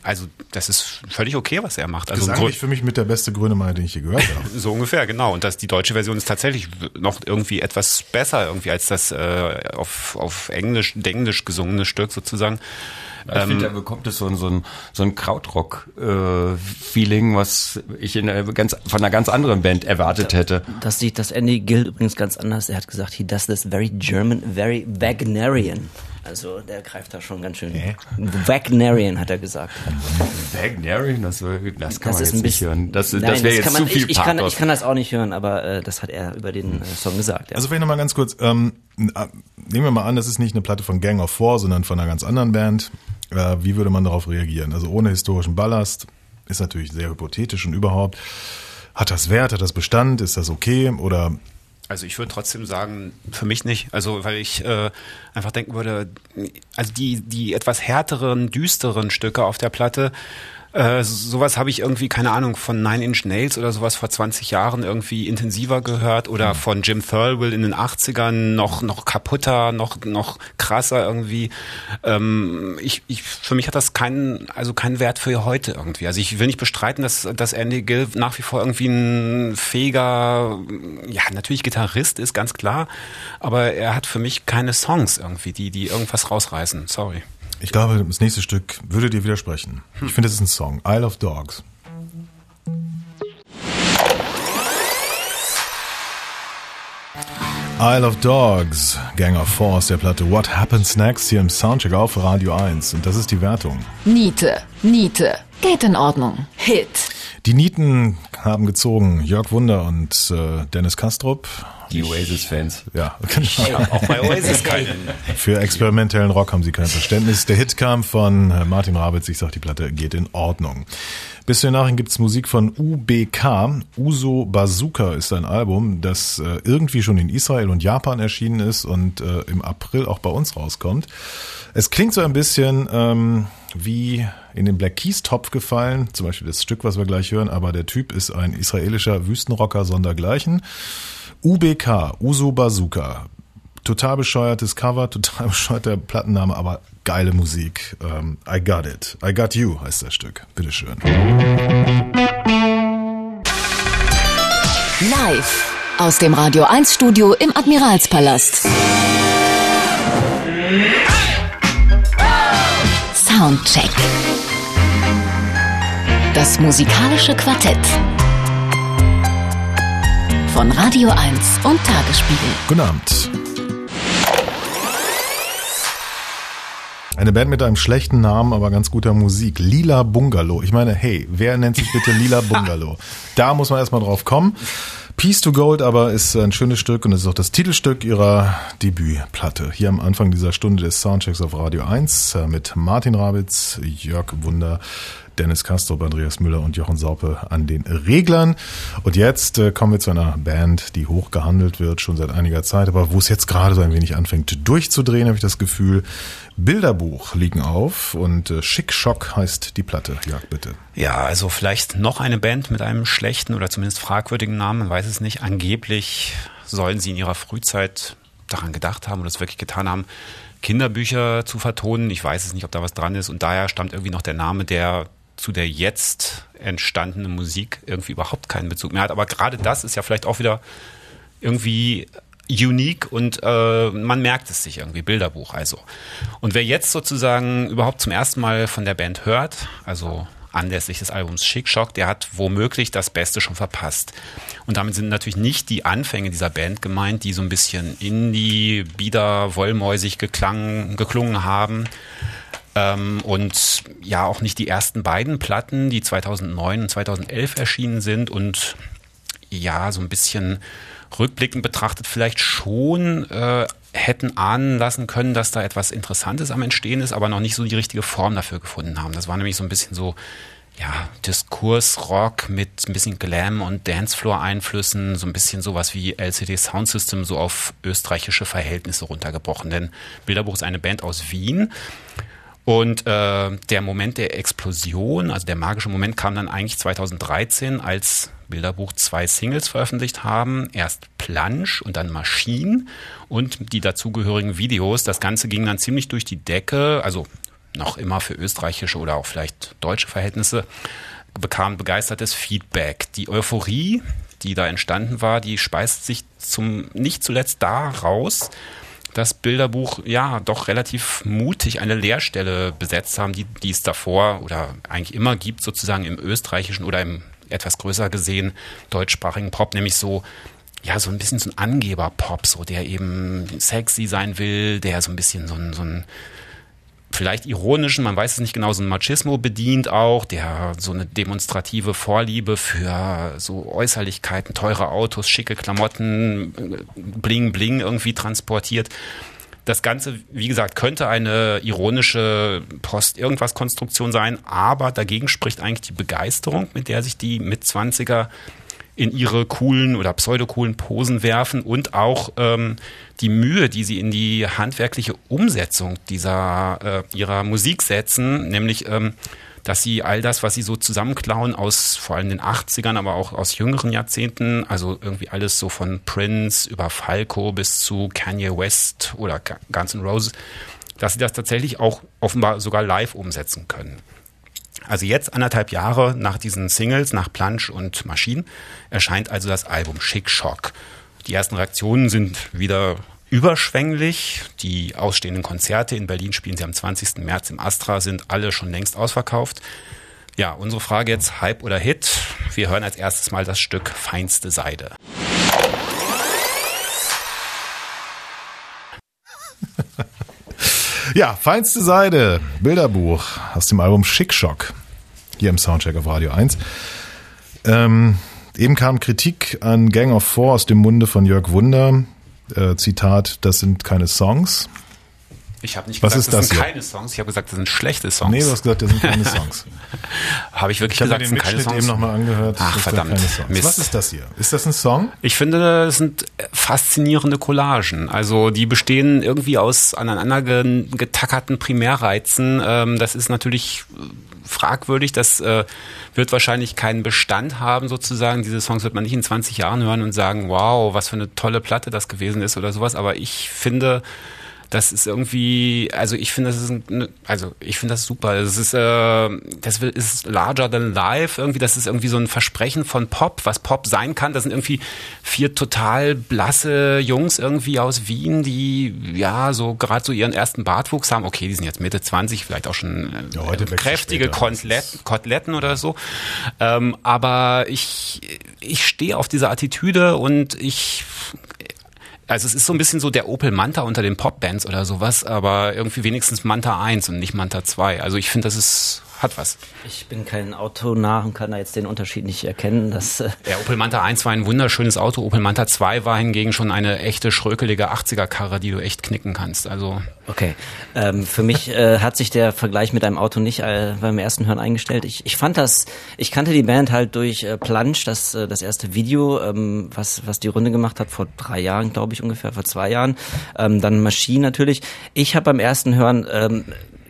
C: also das ist völlig okay, was er macht. Also
B: das ist eigentlich für mich mit der beste Grönemeyer, den ich je gehört habe.
C: So ungefähr, genau. Und das, die deutsche Version ist tatsächlich noch irgendwie etwas besser irgendwie als das äh, auf, auf Englisch, Englisch gesungene Stück sozusagen.
E: Ich ähm, finde, er bekommt es so ein, so ein, so ein Krautrock-Feeling, äh, was ich in einer ganz, von einer ganz anderen Band erwartet hätte.
D: Das sieht das Andy Gill übrigens ganz anders. Er hat gesagt, he does this very German, very Wagnerian. Also der greift da schon ganz schön. Äh? Wagnerian hat er gesagt.
E: Wagnerian, das, das kann
D: das
E: man
D: ist
E: jetzt
D: ein bisschen,
E: nicht hören. Das,
D: nein,
E: das wäre jetzt
D: man,
E: zu viel
D: ich, ich, kann,
E: Pathos.
D: ich kann das auch nicht hören, aber äh, das hat er über den äh, Song gesagt. Ja.
B: Also vielleicht nochmal ganz kurz, ähm, nehmen wir mal an, das ist nicht eine Platte von Gang of Four, sondern von einer ganz anderen Band. Äh, wie würde man darauf reagieren? Also ohne historischen Ballast, ist natürlich sehr hypothetisch und überhaupt. Hat das Wert, hat das Bestand, ist das okay oder...
C: Also ich würde trotzdem sagen, für mich nicht. Also weil ich äh, einfach denken würde, also die die etwas härteren, düsteren Stücke auf der Platte, äh, sowas habe ich irgendwie, keine Ahnung, von Nine Inch Nails oder sowas vor zwanzig Jahren irgendwie intensiver gehört oder von Jim Thirlwell in den achtzigern noch noch kaputter, noch noch krasser irgendwie. Ähm, ich, ich für mich hat das keinen also keinen Wert für heute irgendwie. Also ich will nicht bestreiten, dass dass Andy Gill nach wie vor irgendwie ein fähiger, ja natürlich Gitarrist ist, ganz klar, aber er hat für mich keine Songs irgendwie, die die irgendwas rausreißen. Sorry.
B: Ich glaube, das nächste Stück würde dir widersprechen. Hm. Ich finde, es ist ein Song. Isle of Dogs. Isle of Dogs, Gang of Four aus der Platte What Happens Next hier im Soundcheck auf Radio eins. Und das ist die Wertung.
A: Niete, Niete, geht in Ordnung. Hit.
B: Die Nieten haben gezogen Jörg Wunder und äh, Dennis Kastrup.
E: Die Oasis-Fans.
B: Ja, genau.
C: Auch bei Oasis keinen.
B: Für experimentellen Rock haben sie kein Verständnis. Der Hit kam von Martin Rabitz. Ich sag, die Platte geht in Ordnung. Bis zu den Nachrichten gibt's Musik von U B K. Uso Bazooka ist ein Album, das äh, irgendwie schon in Israel und Japan erschienen ist und äh, im April auch bei uns rauskommt. Es klingt so ein bisschen ähm, wie in den Black Keys Topf gefallen, zum Beispiel das Stück, was wir gleich hören, aber der Typ ist ein israelischer Wüstenrocker sondergleichen. U B K, Uso Bazooka. Total bescheuertes Cover, total bescheuerter Plattenname, aber geile Musik. Um, I Got It. I Got You heißt das Stück. Bitteschön.
A: Live aus dem Radio eins Studio im Admiralspalast. Soundcheck. Das musikalische Quartett. Von Radio eins und Tagesspiegel.
B: Guten Abend. Eine Band mit einem schlechten Namen, aber ganz guter Musik. Lila Bungalow. Ich meine, hey, wer nennt sich bitte Lila Bungalow? Da muss man erstmal drauf kommen. Peace to Gold aber ist ein schönes Stück und es ist auch das Titelstück ihrer Debütplatte. Hier am Anfang dieser Stunde des Soundchecks auf Radio eins mit Martin Rabitz, Jörg Wunder, Dennis Kastrup, Andreas Müller und Jochen Saupe an den Reglern. Und jetzt äh, kommen wir zu einer Band, die hoch gehandelt wird, schon seit einiger Zeit, aber wo es jetzt gerade so ein wenig anfängt durchzudrehen, habe ich das Gefühl. Bilderbuch liegen auf und äh, Schick Schock heißt die Platte. Jörg, bitte.
C: Ja, also vielleicht noch eine Band mit einem schlechten oder zumindest fragwürdigen Namen, man weiß es nicht. Angeblich sollen sie in ihrer Frühzeit daran gedacht haben oder es wirklich getan haben, Kinderbücher zu vertonen. Ich weiß es nicht, ob da was dran ist und daher stammt irgendwie noch der Name, der zu der jetzt entstandenen Musik irgendwie überhaupt keinen Bezug mehr hat. Aber gerade das ist ja vielleicht auch wieder irgendwie unique und äh, man merkt es sich irgendwie, Bilderbuch also. Und wer jetzt sozusagen überhaupt zum ersten Mal von der Band hört, also anlässlich des Albums Schick Schock, der hat womöglich das Beste schon verpasst. Und damit sind natürlich nicht die Anfänge dieser Band gemeint, die so ein bisschen Indie, bieder, wollmäusig geklang, geklungen haben. Ähm, und ja, auch nicht die ersten beiden Platten, die zweitausendneun und zweitausendelf erschienen sind und ja, so ein bisschen rückblickend betrachtet vielleicht schon äh, hätten ahnen lassen können, dass da etwas Interessantes am Entstehen ist, aber noch nicht so die richtige Form dafür gefunden haben. Das war nämlich so ein bisschen so, ja, Diskursrock mit ein bisschen Glam und Dancefloor-Einflüssen, so ein bisschen sowas wie L C D Sound System, so auf österreichische Verhältnisse runtergebrochen. Denn Bilderbuch ist eine Band aus Wien. Und äh, der Moment der Explosion, also der magische Moment, kam dann eigentlich zweitausenddreizehn, als Bilderbuch zwei Singles veröffentlicht haben. Erst Plunge und dann Machine und die dazugehörigen Videos. Das Ganze ging dann ziemlich durch die Decke, also noch immer für österreichische oder auch vielleicht deutsche Verhältnisse, bekam begeistertes Feedback. Die Euphorie, die da entstanden war, die speist sich zum nicht zuletzt daraus, dass Bilderbuch ja doch relativ mutig eine Leerstelle besetzt haben, die, die es davor oder eigentlich immer gibt, sozusagen im österreichischen oder im etwas größer gesehen deutschsprachigen Pop, nämlich so ja, so ein bisschen so ein Angeber-Pop, so der eben sexy sein will, der so ein bisschen so ein, so ein vielleicht ironischen, man weiß es nicht genau, so ein Machismo bedient auch, der so eine demonstrative Vorliebe für so Äußerlichkeiten, teure Autos, schicke Klamotten, Bling Bling irgendwie transportiert. Das Ganze, wie gesagt, könnte eine ironische Post-Irgendwas-Konstruktion sein, aber dagegen spricht eigentlich die Begeisterung, mit der sich die Mitzwanziger in ihre coolen oder pseudocoolen Posen werfen und auch ähm, die Mühe, die sie in die handwerkliche Umsetzung dieser äh, ihrer Musik setzen, nämlich ähm, dass sie all das, was sie so zusammenklauen aus vor allem den achtzigern, aber auch aus jüngeren Jahrzehnten, also irgendwie alles so von Prince über Falco bis zu Kanye West oder Guns N' Roses, dass sie das tatsächlich auch offenbar sogar live umsetzen können. Also jetzt anderthalb Jahre nach diesen Singles, nach Plunge und Machine, erscheint also das Album Chic Shock. Die ersten Reaktionen sind wieder überschwänglich. Die ausstehenden Konzerte in Berlin spielen sie am zwanzigsten März im Astra, sind alle schon längst ausverkauft. Ja, unsere Frage jetzt, Hype oder Hit? Wir hören als erstes mal das Stück Feinste Seide.
B: Ja, Feinste Seide, Bilderbuch aus dem Album Chic Shock, hier im Soundcheck auf Radio eins. Ähm, eben kam Kritik an Gang of Four aus dem Munde von Jörg Wunder. Äh, Zitat, das sind keine Songs.
C: Ich habe nicht
B: Was
C: gesagt,
B: ist
C: das,
B: das
C: sind
B: hier?
C: keine Songs, ich habe gesagt, das sind schlechte Songs.
B: Nee, du hast gesagt, das sind keine Songs.
C: Habe ich wirklich
B: Ich habe mir
C: gesagt, das
B: den
C: sind keine
B: Mitschnitt
C: Songs?
B: eben nochmal angehört.
C: Ach,
B: das sind
C: verdammt.
B: keine Songs.
C: Mist.
B: Was ist das hier? Ist das ein Song?
C: Ich finde, das sind faszinierende Collagen. Also die bestehen irgendwie aus aneinander getackerten Primärreizen. Ähm, das ist natürlich fragwürdig. Das äh, wird wahrscheinlich keinen Bestand haben sozusagen. Diese Songs wird man nicht in zwanzig Jahren hören und sagen, wow, was für eine tolle Platte das gewesen ist oder sowas. Aber ich finde, das ist irgendwie, also ich finde, das ist, ein, also ich finde das super. Das ist, äh, das ist larger than life irgendwie. Das ist irgendwie so ein Versprechen von Pop, was Pop sein kann. Das sind irgendwie vier total blasse Jungs irgendwie aus Wien, die ja so gerade so ihren ersten Bartwuchs haben. Okay, die sind jetzt Mitte zwanzig, vielleicht auch schon äh,
B: Ja, heute
C: kräftige
B: später.
C: Koteletten, Koteletten oder so. Ähm, aber ich, ich stehe auf diese Attitüde und ich Also es ist so ein bisschen so der Opel Manta unter den Popbands oder sowas, aber irgendwie wenigstens Manta eins und nicht Manta zwei. Also ich finde, das ist, hat was.
D: Ich bin kein Autonah und kann da jetzt den Unterschied nicht erkennen. Dass, äh
C: Der Opel Manta eins war ein wunderschönes Auto. Opel Manta zwei war hingegen schon eine echte schrökelige achtziger-Karre, die du echt knicken kannst. Also
D: Okay, ähm, für mich äh, hat sich der Vergleich mit einem Auto nicht äh, beim ersten Hören eingestellt. Ich, ich fand das, ich kannte die Band halt durch äh, Plunge, das äh, das erste Video, ähm, was was die Runde gemacht hat vor drei Jahren, glaube ich ungefähr, vor zwei Jahren. Ähm, dann Machine natürlich. Ich habe beim ersten Hören ähm,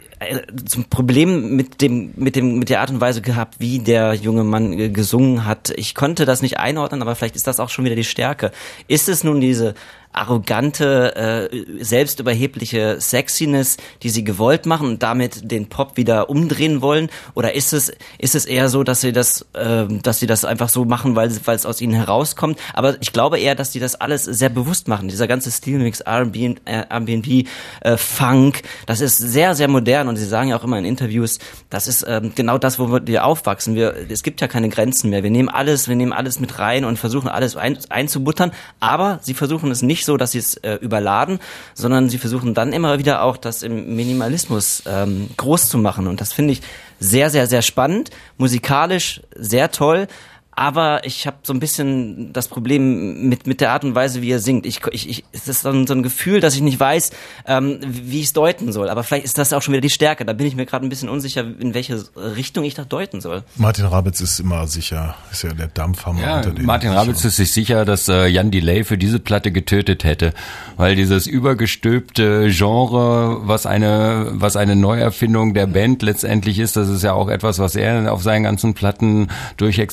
D: zum Problem mit dem mit dem mit der Art und Weise gehabt, wie der junge Mann äh, gesungen hat. Ich konnte das nicht einordnen, aber vielleicht ist das auch schon wieder die Stärke. Ist es nun diese arrogante, äh, selbstüberhebliche Sexiness, die sie gewollt machen und damit den Pop wieder umdrehen wollen? Oder ist es ist es eher so, dass sie das äh, dass sie das einfach so machen, weil weil es aus ihnen herauskommt? Aber ich glaube eher, dass die das alles sehr bewusst machen. Dieser ganze Stilmix, R and B, äh, R and B, äh, Funk, das ist sehr sehr modern und sie sagen ja auch immer in Interviews, das ist ähm, genau das, wo wir aufwachsen. Wir es gibt ja keine Grenzen mehr. Wir nehmen alles, wir nehmen alles mit rein und versuchen alles ein, einzubuttern, aber sie versuchen es nicht so, dass sie es äh, überladen, sondern sie versuchen dann immer wieder auch das im Minimalismus ähm, groß zu machen. Und das finde ich sehr, sehr, sehr spannend, musikalisch sehr toll. Aber ich habe so ein bisschen das Problem mit mit der Art und Weise, wie er singt. Ich, ich, ich es ist so ein, so ein Gefühl, dass ich nicht weiß, ähm, wie ich es deuten soll. Aber vielleicht ist das auch schon wieder die Stärke. Da bin ich mir gerade ein bisschen unsicher, in welche Richtung ich das deuten soll.
B: Martin Rabitz ist immer sicher, ist ja der Dampfhammer
E: Ja,
B: unter den
E: Martin Rabitz ist sich sicher, dass äh, Jan Delay für diese Platte getötet hätte, weil dieses übergestülpte Genre, was eine was eine Neuerfindung der Band letztendlich ist, das ist ja auch etwas, was er auf seinen ganzen Platten durchexerziert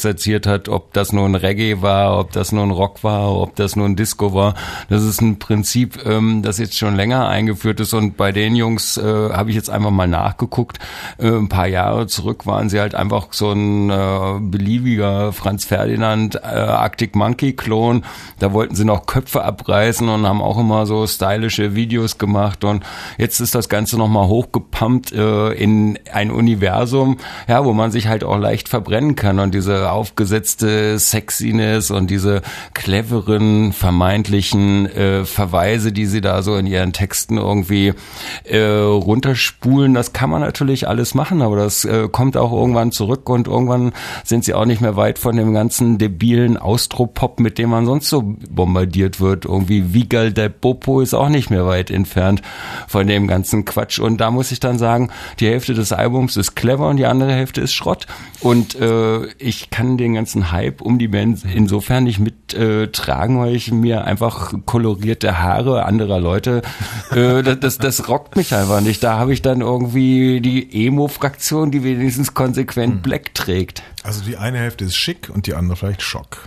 E: hat, ob das nun Reggae war, ob das nun Rock war, ob das nun Disco war. Das ist ein Prinzip, ähm, das jetzt schon länger eingeführt ist und bei den Jungs äh, habe ich jetzt einfach mal nachgeguckt. Äh, ein paar Jahre zurück waren sie halt einfach so ein äh, beliebiger Franz Ferdinand äh, Arctic Monkey Klon. Da wollten sie noch Köpfe abreißen und haben auch immer so stylische Videos gemacht und jetzt ist das Ganze nochmal hochgepumpt äh, in ein Universum, ja, wo man sich halt auch leicht verbrennen kann und diese aufgesetzte Sexiness und diese cleveren, vermeintlichen äh, Verweise, die sie da so in ihren Texten irgendwie äh, runterspulen, das kann man natürlich alles machen, aber das äh, kommt auch irgendwann zurück und irgendwann sind sie auch nicht mehr weit von dem ganzen debilen Austropop, mit dem man sonst so bombardiert wird. Irgendwie Vigal del Popo ist auch nicht mehr weit entfernt von dem ganzen Quatsch und da muss ich dann sagen, die Hälfte des Albums ist clever und die andere Hälfte ist Schrott und äh, ich kann den ganzen Hype um die Band insofern nicht mittragen, äh, weil ich mir einfach kolorierte Haare anderer Leute, äh, das, das, das rockt mich einfach nicht. Da habe ich dann irgendwie die Emo-Fraktion, die wenigstens konsequent hm. Black trägt.
B: Also die eine Hälfte ist schick und die andere vielleicht Schock.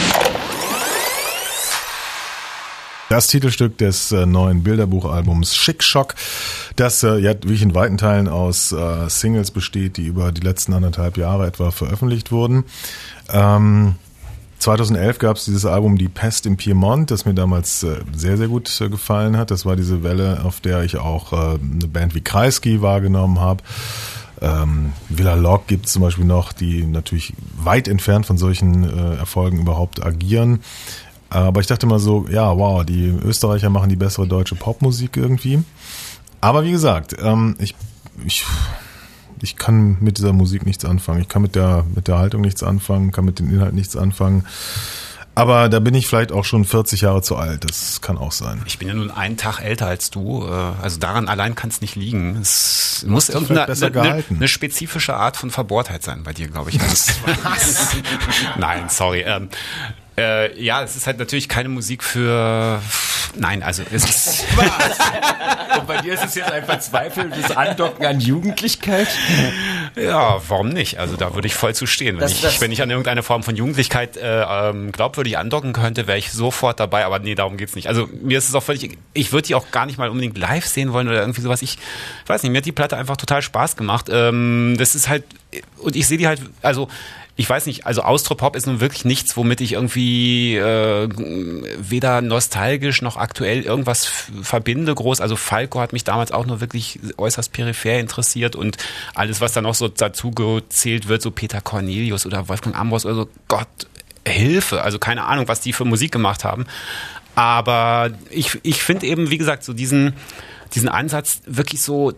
B: Das Titelstück des äh, neuen Bilderbuchalbums Schick Schock, das äh, ja wie ich in weiten Teilen aus äh, Singles besteht, die über die letzten anderthalb Jahre etwa veröffentlicht wurden. Ähm, zweitausendelf gab es dieses Album Die Pest im Piemont, das mir damals äh, sehr, sehr gut äh, gefallen hat. Das war diese Welle, auf der ich auch äh, eine Band wie Kreisky wahrgenommen habe. Ähm, Villa Log gibt es zum Beispiel noch, die natürlich weit entfernt von solchen äh, Erfolgen überhaupt agieren. Aber ich dachte mal so, ja, wow, die Österreicher machen die bessere deutsche Popmusik irgendwie. Aber wie gesagt, ähm, ich, ich, ich kann mit dieser Musik nichts anfangen. Ich kann mit der, mit der Haltung nichts anfangen, kann mit dem Inhalt nichts anfangen. Aber da bin ich vielleicht auch schon vierzig Jahre zu alt. Das kann auch sein.
C: Ich bin ja nun einen Tag älter als du. Also daran allein kann es nicht liegen. Es muss irgendeine eine, eine spezifische Art von Verbohrtheit sein bei dir, glaube ich. Also Nein, sorry. Ähm, Äh, ja, es ist halt natürlich keine Musik für... Nein, also es ist...
E: Und bei dir ist es jetzt ein verzweifeltes Andocken an Jugendlichkeit?
C: Ja, warum nicht? Also da würde ich voll zu stehen. Wenn, das, ich, das wenn ich an irgendeine Form von Jugendlichkeit äh, ähm, glaubwürdig andocken könnte, wäre ich sofort dabei. Aber nee, darum geht's nicht. Also mir ist es auch völlig... Ich würde die auch gar nicht mal unbedingt live sehen wollen oder irgendwie sowas. Ich, ich weiß nicht, mir hat die Platte einfach total Spaß gemacht. Ähm, das ist halt... Und ich sehe die halt... Also... Ich weiß nicht, also Austropop ist nun wirklich nichts, womit ich irgendwie äh, weder nostalgisch noch aktuell irgendwas f- verbinde groß. Also Falco hat mich damals auch nur wirklich äußerst peripher interessiert und alles, was da noch so dazu gezählt wird, so Peter Cornelius oder Wolfgang Ambros oder so, Gott, Hilfe. Also keine Ahnung, was die für Musik gemacht haben. Aber ich, ich finde eben, wie gesagt, so diesen, diesen Ansatz wirklich so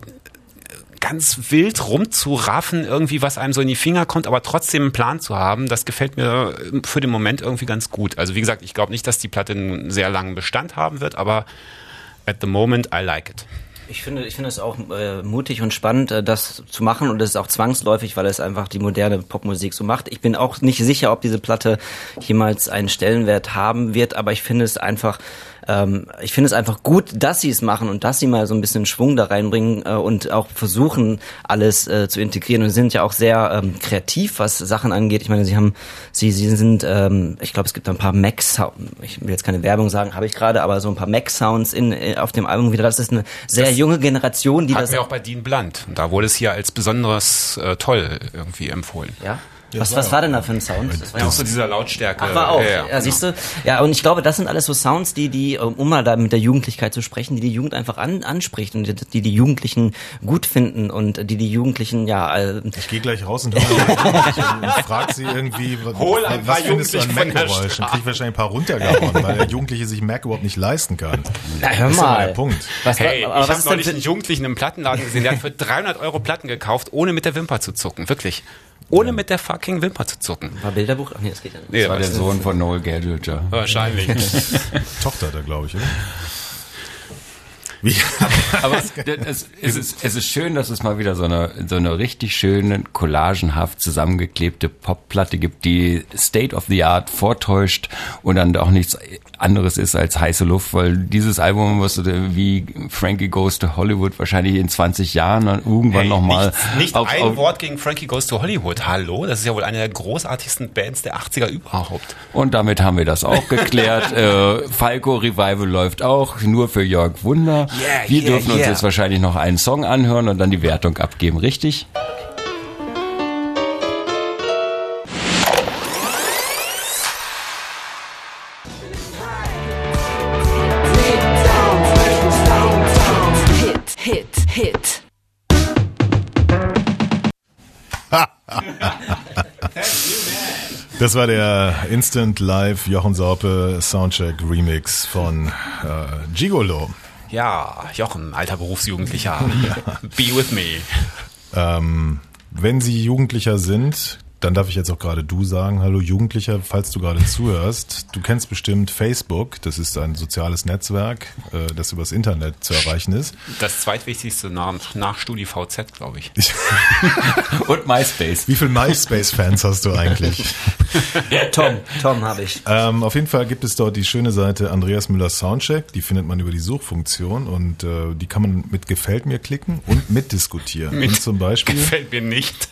C: ganz wild rumzuraffen, irgendwie, was einem so in die Finger kommt, aber trotzdem einen Plan zu haben, das gefällt mir für den Moment irgendwie ganz gut. Also wie gesagt, ich glaube nicht, dass die Platte einen sehr langen Bestand haben wird, aber at the moment I like it.
D: Ich finde, ich finde es auch äh, mutig und spannend, äh, das zu machen und das ist auch zwangsläufig, weil es einfach die moderne Popmusik so macht. Ich bin auch nicht sicher, ob diese Platte jemals einen Stellenwert haben wird, aber ich finde es einfach ähm, ich finde es einfach gut, dass sie es machen und dass sie mal so ein bisschen Schwung da reinbringen äh, und auch versuchen, alles äh, zu integrieren und sie sind ja auch sehr ähm, kreativ, was Sachen angeht. Ich meine, sie haben, sie, sie sind, ähm, ich glaube, es gibt ein paar Mac-Sounds, ich will jetzt keine Werbung sagen, habe ich gerade, aber so ein paar Mac-Sounds in, äh, auf dem Album wieder. Das ist eine sehr das junge Generation, die
C: hatten
D: das...
C: wir auch bei Dean Blunt. Da wurde es hier als besonders äh, toll irgendwie empfohlen.
D: Ja? Was, was war denn da für ein Sound?
C: Das war ja auch so dieser Lautstärke.
D: Ach, war auch.
C: Ja,
D: Ja,
C: ja,
D: ja, siehst du? Ja, und ich glaube, das sind alles so Sounds, die, die, um mal da mit der Jugendlichkeit zu sprechen, die die Jugend einfach an, anspricht und die die Jugendlichen gut finden und die die Jugendlichen, ja... Äh
B: ich gehe gleich raus und, und frag sie irgendwie, was,
C: Hol ein
B: was
C: paar
B: findest du an Mac-Geräusch? Dann krieg ich wahrscheinlich ein paar runtergehauen, weil der Jugendliche sich Mac überhaupt nicht leisten kann.
D: Na, hör
B: das ist
D: mal.
B: ja der Punkt.
C: Was, hey, aber ich habe neulich
D: für...
C: einen Jugendlichen im Plattenladen gesehen, der hat für dreihundert Euro Platten gekauft, ohne mit der Wimper zu zucken. Wirklich. Ohne mit der fucking Wimper zu zucken.
D: War Bilderbuch? Ach nee, das geht ja nicht.
E: Nee, das war der Sohn von Noel Gallagher.
C: Wahrscheinlich.
B: Tochter da, glaube ich, oder? Wie?
E: Aber es, es, es, ist, es ist schön, dass es mal wieder so eine, so eine richtig schöne, collagenhaft zusammengeklebte Popplatte gibt, die State of the Art vortäuscht und dann auch nichts anderes ist als heiße Luft, weil dieses Album, was wie Frankie Goes to Hollywood wahrscheinlich in zwanzig Jahren dann irgendwann
C: Hey,
E: nochmal...
C: Nicht, nicht
E: auf,
C: ein
E: auf,
C: Wort gegen Frankie Goes to Hollywood. Hallo, das ist ja wohl eine der großartigsten Bands der achtziger überhaupt.
E: Und damit haben wir das auch geklärt. äh, Falco Revival läuft auch, nur für Jörg Wunder.
C: Yeah,
E: wir
C: yeah,
E: dürfen uns
C: yeah.
E: jetzt wahrscheinlich noch einen Song anhören und dann die Wertung abgeben, richtig?
A: Hit, Hit, Hit.
B: Das war der Instant Live Jochen Saupe Soundcheck Remix von äh, Gigolo.
C: Ja, Jochen, alter Berufsjugendlicher. Be with me.
B: Ähm, wenn Sie Jugendlicher sind, dann darf ich jetzt auch gerade du sagen, hallo Jugendlicher, falls du gerade zuhörst. Du kennst bestimmt Facebook, das ist ein soziales Netzwerk, äh, das übers Internet zu erreichen ist.
C: Das zweitwichtigste nach, nach StudiVZ, glaube ich.
E: Und MySpace.
B: Wie viele MySpace-Fans hast du eigentlich?
D: Tom, Tom habe ich.
B: Ähm, auf jeden Fall gibt es dort die schöne Seite Andreas Müller Soundcheck, die findet man über die Suchfunktion und äh, die kann man mit Gefällt mir klicken und mitdiskutieren.
C: Mit
B: und zum Beispiel
C: Gefällt mir nicht.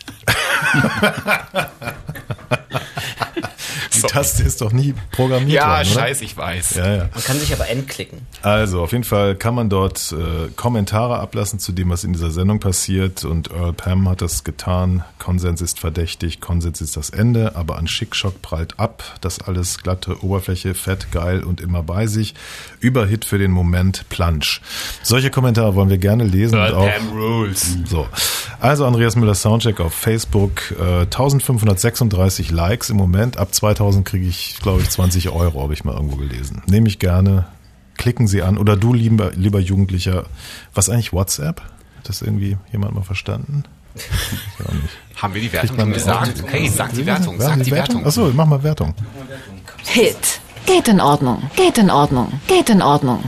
B: Die Taste ist doch nie programmiert
C: Ja,
B: worden, oder?
C: scheiß, ich weiß.
B: Ja, ja.
D: Man kann sich aber entklicken.
B: Also, auf jeden Fall kann man dort äh, Kommentare ablassen zu dem, was in dieser Sendung passiert. Und Earl Pam hat das getan. Konsens ist verdächtig, Konsens ist das Ende. Aber an Schickschock prallt ab. Das alles glatte Oberfläche, fett, geil und immer bei sich. Überhit für den Moment, Plansch. Solche Kommentare wollen wir gerne lesen.
C: Earl
B: und auch,
C: Pam Rules.
B: so. Also, Andreas Müller Soundcheck auf Facebook. Äh, eintausendfünfhundertsechsunddreißig Likes im Moment. Ab zweitausend kriege ich, glaube ich, zwanzig Euro, habe ich mal irgendwo gelesen. Nehme ich gerne. Klicken Sie an. Oder du, lieber, lieber Jugendlicher, was eigentlich WhatsApp? Hat das irgendwie jemand mal verstanden? Ich auch nicht.
C: Haben wir die Wertung
B: Kriegt man
C: schon
B: das
C: gesagt?
B: auch?
C: Hey, sag die Wertung,
B: Ja,
C: sag die Wertung.
B: Achso, mach mal Wertung.
A: Hit. Geht in Ordnung. Geht in Ordnung. Geht in Ordnung.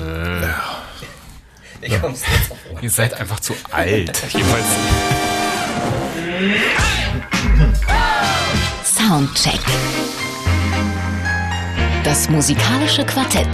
D: Ich komm's jetzt auf.
C: Ihr seid einfach zu alt. Jedenfalls.
A: Soundcheck. Das musikalische Quartett.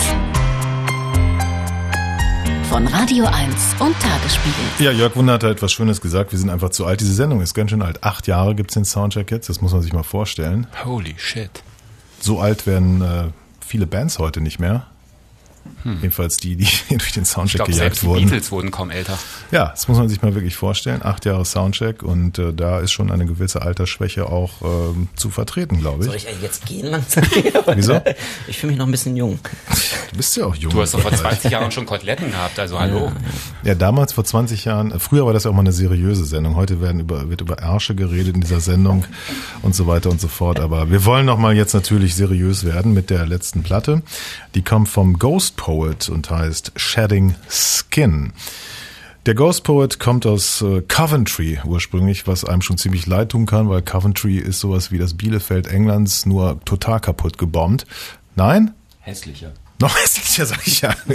A: Von Radio eins und Tagesspiegel.
B: Ja, Jörg Wunder hat da etwas Schönes gesagt. Wir sind einfach zu alt. Diese Sendung ist ganz schön alt. Acht Jahre gibt's den Soundcheck jetzt. Das muss man sich mal vorstellen.
C: Holy shit.
B: So alt werden äh, viele Bands heute nicht mehr. Hm. Jedenfalls die, die durch den
C: Ich
B: Soundcheck
C: glaube,
B: gejagt
C: selbst die
B: wurden.
C: Beatles wurden kaum älter.
B: Ja, das muss man sich mal wirklich vorstellen. Acht Jahre Soundcheck und äh, da ist schon eine gewisse Altersschwäche auch ähm, zu vertreten, glaube
D: Soll
B: ich.
D: ich eigentlich jetzt gehen langsam?
B: Wieso?
D: Ich fühle mich noch ein bisschen jung.
B: Du bist ja auch jung.
C: Du hast doch vor zwanzig Jahren schon Koteletten gehabt, also hallo.
B: Ja, damals vor zwanzig Jahren, äh, früher war das ja auch mal eine seriöse Sendung. Heute werden über, wird über Ärsche geredet in dieser Sendung und so weiter und so fort. Aber wir wollen noch mal jetzt natürlich seriös werden mit der letzten Platte. Die kommt vom Ghost Poet und heißt Shedding Skin. Der Ghost Poet kommt aus äh, Coventry ursprünglich, was einem schon ziemlich leid tun kann, weil Coventry ist sowas wie das Bielefeld Englands, nur total kaputt gebombt. Nein?
E: Hässlicher.
B: Noch hässlicher, sag ich ja.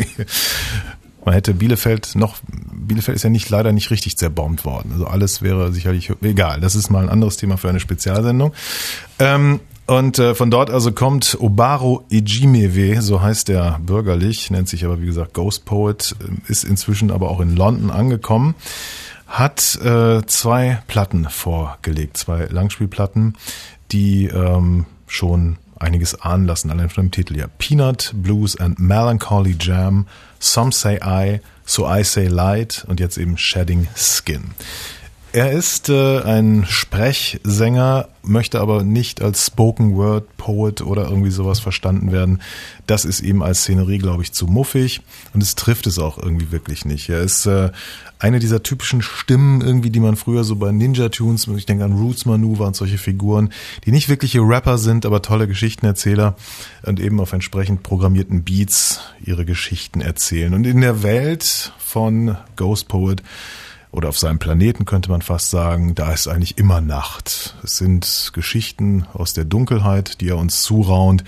B: Man hätte Bielefeld noch, Bielefeld ist ja nicht, leider nicht richtig zerbombt worden. Also alles wäre sicherlich, egal. Das ist mal ein anderes Thema für eine Spezialsendung. Ähm, Und äh, von dort also kommt Obaro Ejimewe, so heißt er bürgerlich, nennt sich aber wie gesagt Ghost Poet, ist inzwischen aber auch in London angekommen, hat äh, zwei Platten vorgelegt, zwei Langspielplatten, die ähm, schon einiges ahnen lassen, allein von dem Titel her. Peanut, Blues and Melancholy Jam, Some Say I, So I Say Light und jetzt eben Shedding Skin. Er ist äh, ein Sprechsänger, möchte aber nicht als Spoken Word Poet oder irgendwie sowas verstanden werden. Das ist ihm als Szenerie, glaube ich, zu muffig und es trifft es auch irgendwie wirklich nicht. Er ist äh, eine dieser typischen Stimmen irgendwie, die man früher so bei Ninja Tunes, ich denke an Roots Maneuver und solche Figuren, die nicht wirkliche Rapper sind, aber tolle Geschichtenerzähler und eben auf entsprechend programmierten Beats ihre Geschichten erzählen. Und in der Welt von Ghost Poet oder auf seinem Planeten könnte man fast sagen, da ist eigentlich immer Nacht. Es sind Geschichten aus der Dunkelheit, die er uns zuraunt,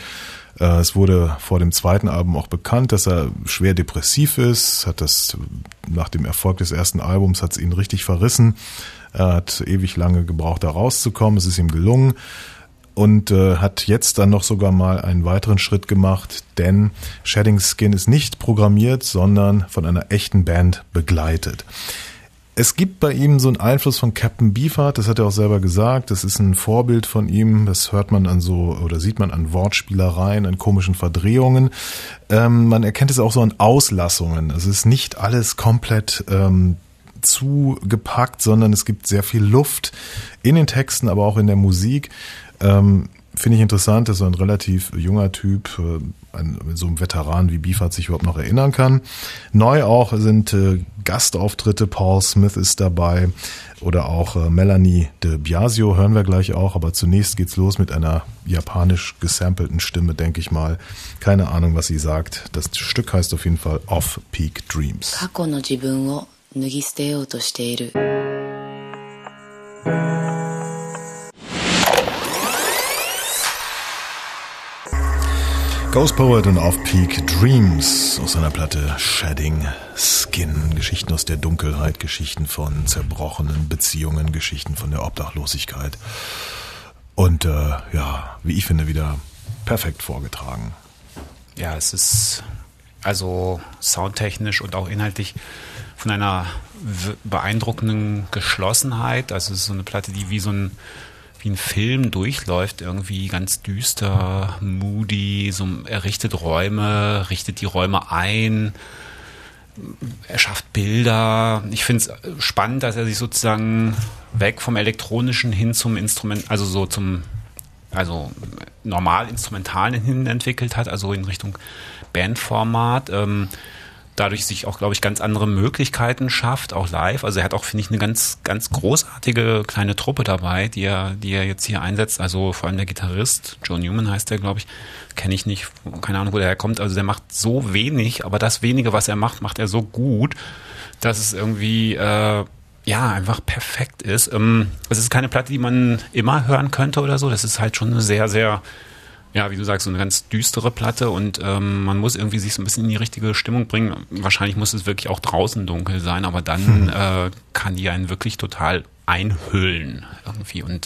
B: Äh, es wurde vor dem zweiten Album auch bekannt, dass er schwer depressiv ist, hat das nach dem Erfolg des ersten Albums hat es ihn richtig verrissen. Er hat ewig lange gebraucht, da rauszukommen. Es ist ihm gelungen. Und äh, hat jetzt dann noch sogar mal einen weiteren Schritt gemacht, denn Shedding Skin ist nicht programmiert, sondern von einer echten Band begleitet. Es gibt bei ihm so einen Einfluss von Captain Beefheart, das hat er auch selber gesagt, das ist ein Vorbild von ihm, das hört man an so, oder sieht man an Wortspielereien, an komischen Verdrehungen. Ähm, man erkennt es auch so an Auslassungen, es ist nicht alles komplett ähm, zugepackt, sondern es gibt sehr viel Luft in den Texten, aber auch in der Musik. Ähm, Finde ich interessant, dass so ein relativ junger Typ, äh, ein, so ein Veteran wie Beefheart sich überhaupt noch erinnern kann. Neu auch sind äh, Gastauftritte, Paul Smith ist dabei oder auch äh, Melanie de Biasio, hören wir gleich auch, aber zunächst geht's los mit einer japanisch gesampelten Stimme, denke ich mal. Keine Ahnung, was sie sagt. Das Stück heißt auf jeden Fall Off-Peak Dreams. Ghost Poet und Off-Peak Dreams aus seiner Platte Shedding Skin. Geschichten aus der Dunkelheit, Geschichten von zerbrochenen Beziehungen, Geschichten von der Obdachlosigkeit. Und äh, ja, wie ich finde, wieder perfekt vorgetragen.
C: Ja, es ist also soundtechnisch und auch inhaltlich von einer beeindruckenden Geschlossenheit. Also es ist so eine Platte, die wie so ein wie ein Film durchläuft, irgendwie ganz düster, moody, so, er richtet Räume, richtet die Räume ein, er schafft Bilder. Ich finde es spannend, dass er sich sozusagen weg vom Elektronischen hin zum Instrument, also so zum, also normal Instrumentalen hin entwickelt hat, also in Richtung Bandformat. Ähm, dadurch sich auch, glaube ich, ganz andere Möglichkeiten schafft, auch live. Also er hat auch, finde ich, eine ganz, ganz großartige kleine Truppe dabei, die er, die er jetzt hier einsetzt. Also vor allem der Gitarrist, Joe Newman heißt der, glaube ich, kenne ich nicht, keine Ahnung, wo der herkommt. Also der macht so wenig, aber das wenige, was er macht, macht er so gut, dass es irgendwie, äh, ja, einfach perfekt ist. Ähm, es ist keine Platte, die man immer hören könnte oder so. Das ist halt schon eine sehr, sehr, ja, wie du sagst, so eine ganz düstere Platte und ähm, man muss irgendwie sich so ein bisschen in die richtige Stimmung bringen. Wahrscheinlich muss es wirklich auch draußen dunkel sein, aber dann hm. äh, kann die einen wirklich total einhüllen irgendwie und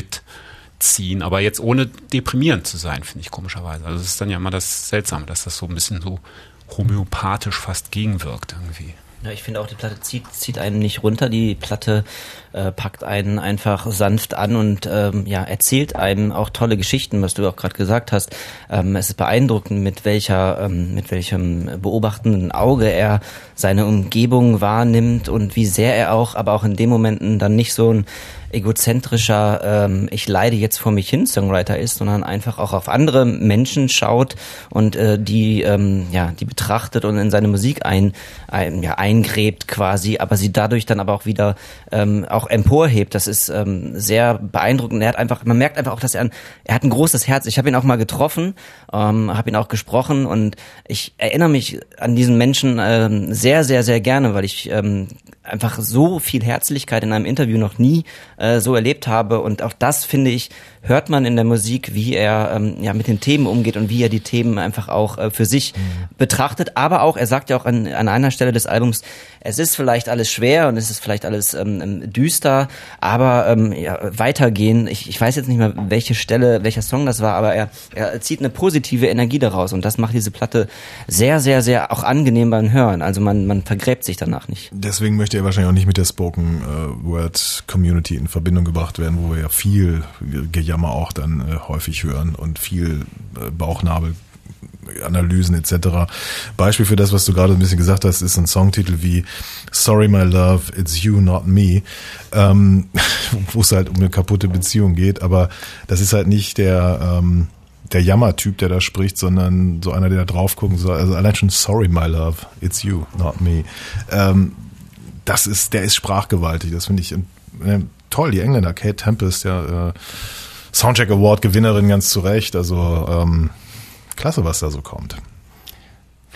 C: mitziehen. Aber jetzt ohne deprimierend zu sein, finde ich komischerweise. Also es ist dann ja immer das Seltsame, dass das so ein bisschen so homöopathisch fast gegenwirkt irgendwie.
D: Ja, ich finde auch, die Platte zieht, zieht einen nicht runter. Die Platte äh, packt einen einfach sanft an und ähm, ja, erzählt einem auch tolle Geschichten, was du auch gerade gesagt hast. Ähm, es ist beeindruckend, mit welcher, ähm, mit welchem beobachtenden Auge er seine Umgebung wahrnimmt und wie sehr er auch, aber auch in den Momenten dann nicht so ein egozentrischer, ähm, ich leide jetzt vor mich hin Songwriter ist, sondern einfach auch auf andere Menschen schaut und äh, die ähm, ja die betrachtet und in seine Musik ein, ein ja eingräbt quasi, aber sie dadurch dann aber auch wieder ähm, auch emporhebt. Das ist ähm, sehr beeindruckend. Er hat einfach, man merkt einfach auch, dass er ein, er hat ein großes Herz. Ich habe ihn auch mal getroffen, ähm, habe ihn auch gesprochen und ich erinnere mich an diesen Menschen ähm, sehr, sehr, sehr gerne, weil ich ähm, einfach so viel Herzlichkeit in einem Interview noch nie äh, so erlebt habe und auch das, finde ich, hört man in der Musik, wie er ähm, ja mit den Themen umgeht und wie er die Themen einfach auch äh, für sich mhm. betrachtet, aber auch, er sagt ja auch an, an einer Stelle des Albums, es ist vielleicht alles schwer und es ist vielleicht alles ähm, düster, aber ähm, ja, weitergehen, ich, ich weiß jetzt nicht mehr, welche Stelle, welcher Song das war, aber er, er zieht eine positive Energie daraus und das macht diese Platte sehr, sehr, sehr auch angenehm beim Hören, also man, man vergräbt sich danach nicht.
B: Deswegen möchte er wahrscheinlich auch nicht mit der Spoken äh, Word Community in Verbindung gebracht werden, wo wir ja viel Gejammer auch dann äh, häufig hören und viel äh, Bauchnabel Analysen et cetera. Beispiel für das, was du gerade ein bisschen gesagt hast, ist ein Songtitel wie Sorry My Love, It's You Not Me, ähm, wo es halt um eine kaputte Beziehung geht, aber das ist halt nicht der ähm, der Jammertyp, der da spricht, sondern so einer, der da drauf gucken soll. Also allein schon Sorry My Love, It's You Not Me. Ähm, das ist, der ist sprachgewaltig. Das finde ich äh, toll. Die Engländer, Kate Tempest, ja, äh, Soundcheck Award Gewinnerin ganz zu Recht. Also ähm, klasse, was da so kommt.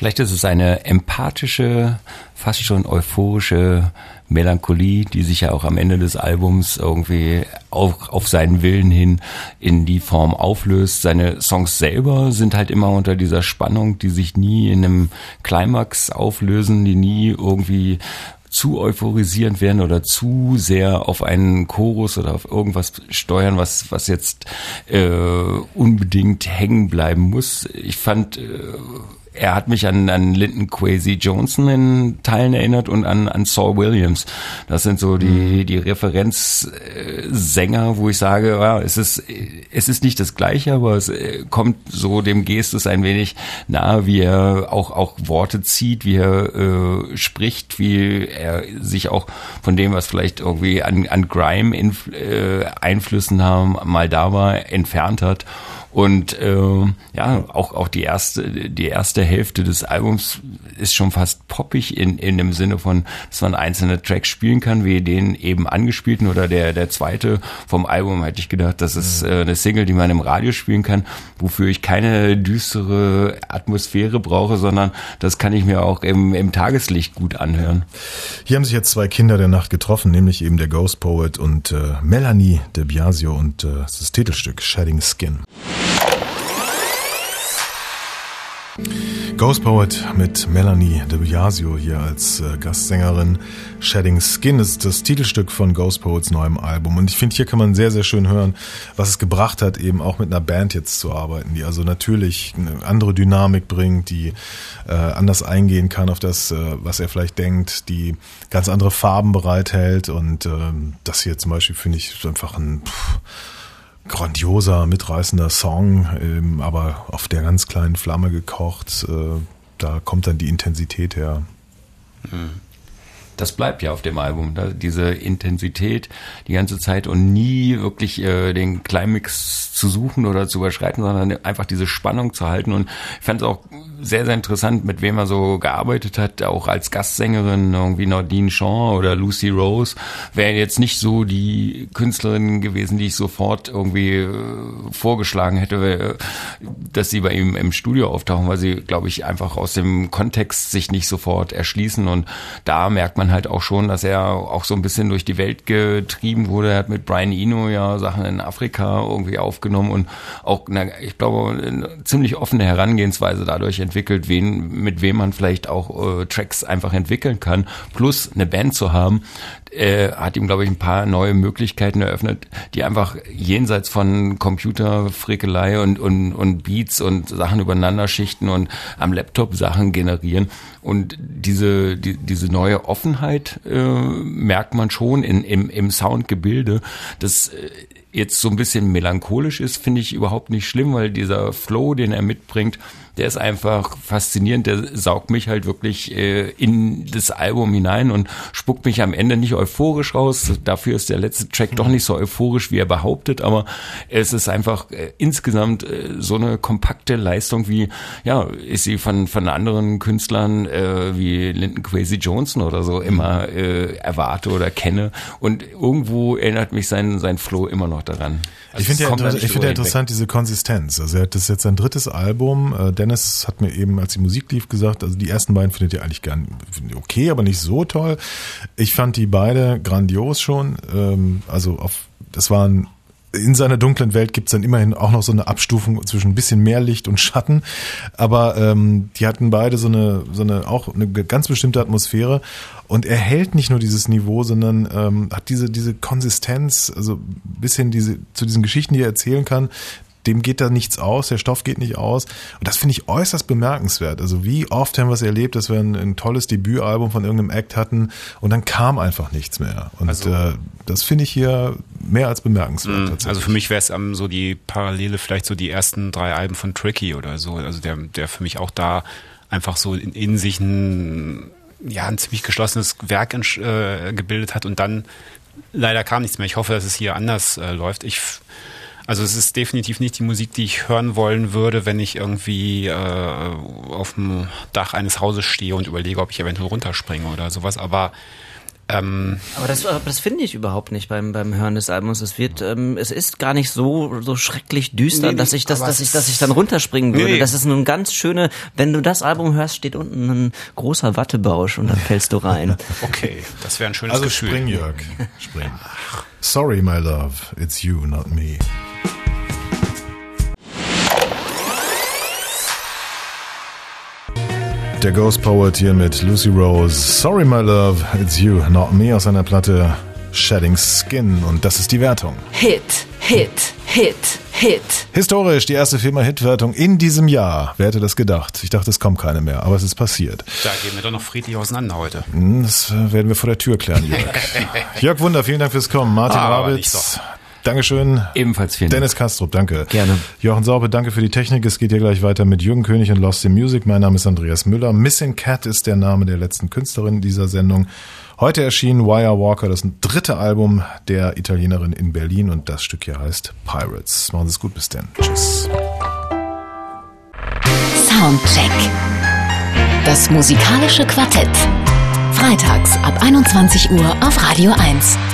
E: Vielleicht ist es eine empathische, fast schon euphorische Melancholie, die sich ja auch am Ende des Albums irgendwie auch auf seinen Willen hin in die Form auflöst. Seine Songs selber sind halt immer unter dieser Spannung, die sich nie in einem Climax auflösen, die nie irgendwie zu euphorisierend werden oder zu sehr auf einen Chorus oder auf irgendwas steuern, was was jetzt äh, unbedingt hängen bleiben muss. Ich fand, äh, er hat mich an, an Linton Kwesi Johnson in Teilen erinnert und an, an Saul Williams. Das sind so die, die Referenzsänger, wo ich sage, ja, es ist, es ist nicht das Gleiche, aber es kommt so dem Gestus ein wenig nahe, wie er auch, auch Worte zieht, wie er äh, spricht, wie er sich auch von dem, was vielleicht irgendwie an, an Grime-Einflüssen haben, mal da war, entfernt hat. Und äh, ja, auch auch die erste die erste Hälfte des Albums ist schon fast poppig in in dem Sinne von, dass man einzelne Tracks spielen kann, wie den eben angespielten oder der der zweite vom Album. Hätte ich gedacht, das ist äh, eine Single, die man im Radio spielen kann, wofür ich keine düstere Atmosphäre brauche, sondern das kann ich mir auch im im Tageslicht gut anhören.
B: Hier haben sich jetzt zwei Kinder der Nacht getroffen, nämlich eben der Ghost Poet und äh, Melanie de Biasio und äh, das Titelstück Shedding Skin. Ghost Poet mit Melanie de Biasio hier als äh, Gastsängerin. Shedding Skin ist das Titelstück von Ghost Poets neuem Album. Und ich finde, hier kann man sehr, sehr schön hören, was es gebracht hat, eben auch mit einer Band jetzt zu arbeiten, die also natürlich eine andere Dynamik bringt, die äh, anders eingehen kann auf das, äh, was er vielleicht denkt, die ganz andere Farben bereithält. Und äh, das hier zum Beispiel finde ich einfach ein... Pff, grandioser, mitreißender Song, ähm, aber auf der ganz kleinen Flamme gekocht. Äh, da kommt dann die Intensität her.
E: Das bleibt ja auf dem Album, da, diese Intensität die ganze Zeit und nie wirklich äh, den Climax zu suchen oder zu überschreiten, sondern einfach diese Spannung zu halten. Und ich fand es auch sehr, sehr interessant, mit wem er so gearbeitet hat, auch als Gastsängerin, irgendwie Nadine Shaw oder Lucy Rose, wäre jetzt nicht so die Künstlerin gewesen, die ich sofort irgendwie äh, vorgeschlagen hätte, dass sie bei ihm im Studio auftauchen, weil sie, glaube ich, einfach aus dem Kontext sich nicht sofort erschließen. Und da merkt man halt auch schon, dass er auch so ein bisschen durch die Welt getrieben wurde. Er hat mit Brian Eno ja Sachen in Afrika irgendwie aufgenommen und auch, na, ich glaube, eine ziemlich offene Herangehensweise dadurch entwickelt, wen, mit wem man vielleicht auch äh, Tracks einfach entwickeln kann, plus eine Band zu haben, äh, hat ihm, glaube ich, ein paar neue Möglichkeiten eröffnet, die einfach jenseits von Computerfrickelei und, und, und Beats und Sachen übereinander schichten und am Laptop Sachen generieren. Und diese, die, diese neue Offenheit äh, merkt man schon in, im, im Soundgebilde. Das äh, jetzt so ein bisschen melancholisch ist, finde ich überhaupt nicht schlimm, weil dieser Flow, den er mitbringt, der ist einfach faszinierend, der saugt mich halt wirklich äh, in das Album hinein und spuckt mich am Ende nicht euphorisch raus. Dafür ist der letzte Track doch nicht so euphorisch, wie er behauptet, aber es ist einfach äh, insgesamt äh, so eine kompakte Leistung, wie, ja, ist sie von von anderen Künstlern äh, wie Linton Kwesi Johnson oder so immer äh, erwarte oder kenne. Und irgendwo erinnert mich sein sein Flow immer noch daran. Also
B: ich finde ja, inter- ich find ja interessant diese Konsistenz. Also er hat das jetzt sein drittes Album. Äh, Dennis hat mir eben, als die Musik lief, gesagt, also die ersten beiden findet ihr eigentlich gern okay, aber nicht so toll. Ich fand die beide grandios schon. Ähm, also auf, das waren in seiner dunklen Welt gibt's dann immerhin auch noch so eine Abstufung zwischen ein bisschen mehr Licht und Schatten, aber ähm, die hatten beide so eine so eine auch eine ganz bestimmte Atmosphäre und er hält nicht nur dieses Niveau, sondern ähm, hat diese diese Konsistenz, also bis hin diese zu diesen Geschichten, die er erzählen kann. Dem geht da nichts aus, der Stoff geht nicht aus. Und das finde ich äußerst bemerkenswert. Also wie oft haben wir es erlebt, dass wir ein, ein tolles Debütalbum von irgendeinem Act hatten und dann kam einfach nichts mehr. Und also, äh, das finde ich hier mehr als bemerkenswert.
C: Mh,
B: tatsächlich.
C: Also für mich wäre es um, so die Parallele, vielleicht so die ersten drei Alben von Tricky oder so. Also der, der für mich auch da einfach so in, in sich ein, ja, ein ziemlich geschlossenes Werk äh, gebildet hat und dann leider kam nichts mehr. Ich hoffe, dass es hier anders äh, läuft. Ich Also es ist definitiv nicht die Musik, die ich hören wollen würde, wenn ich irgendwie äh, auf dem Dach eines Hauses stehe und überlege, ob ich eventuell runterspringe oder sowas. Aber Ähm,
D: aber das, aber das finde ich überhaupt nicht beim beim Hören des Albums. Es wird, ähm, es ist gar nicht so so schrecklich düster,
C: nee,
D: dass ich das, dass ich, dass ich dann
C: nee.
D: runterspringen würde.
C: Nee.
D: Das ist nun ganz schöne. Wenn du das Album hörst, steht unten ein großer Wattebausch und dann fällst du rein.
C: Okay, das wäre ein schönes
B: Also
C: Gefühl.
B: spring, Jörg, spring. Sorry, my love, it's you, not me. Der Ghost Poet hier mit Lucy Rose. Sorry, my love, it's you, not me, aus seiner Platte Shedding Skin. Und das ist die Wertung.
A: Hit, Hit, Hit, Hit.
B: Historisch die erste Firma-Hit-Wertung in diesem Jahr. Wer hätte das gedacht? Ich dachte, es kommt keine mehr, aber es ist passiert.
C: Da gehen wir doch noch friedlich auseinander heute.
B: Das werden wir vor der Tür klären, Jörg. Jörg Wunder, vielen Dank fürs Kommen. Martin
C: Ah, aber
B: Rabitz,
C: nicht so.
B: Dankeschön.
E: Ebenfalls vielen Dank.
B: Dennis Kastrup, danke.
D: Gerne.
B: Jochen Sorpe, danke für die Technik. Es geht hier gleich weiter mit Jürgen König und Lost in Music. Mein Name ist Andreas Müller. Missing Cat ist der Name der letzten Künstlerin dieser Sendung. Heute erschien Wire Walker, das dritte Album der Italienerin in Berlin, und das Stück hier heißt Pirates. Machen Sie es gut, bis dann. Tschüss.
A: Soundcheck. Das musikalische Quartett. Freitags ab einundzwanzig Uhr auf Radio eins.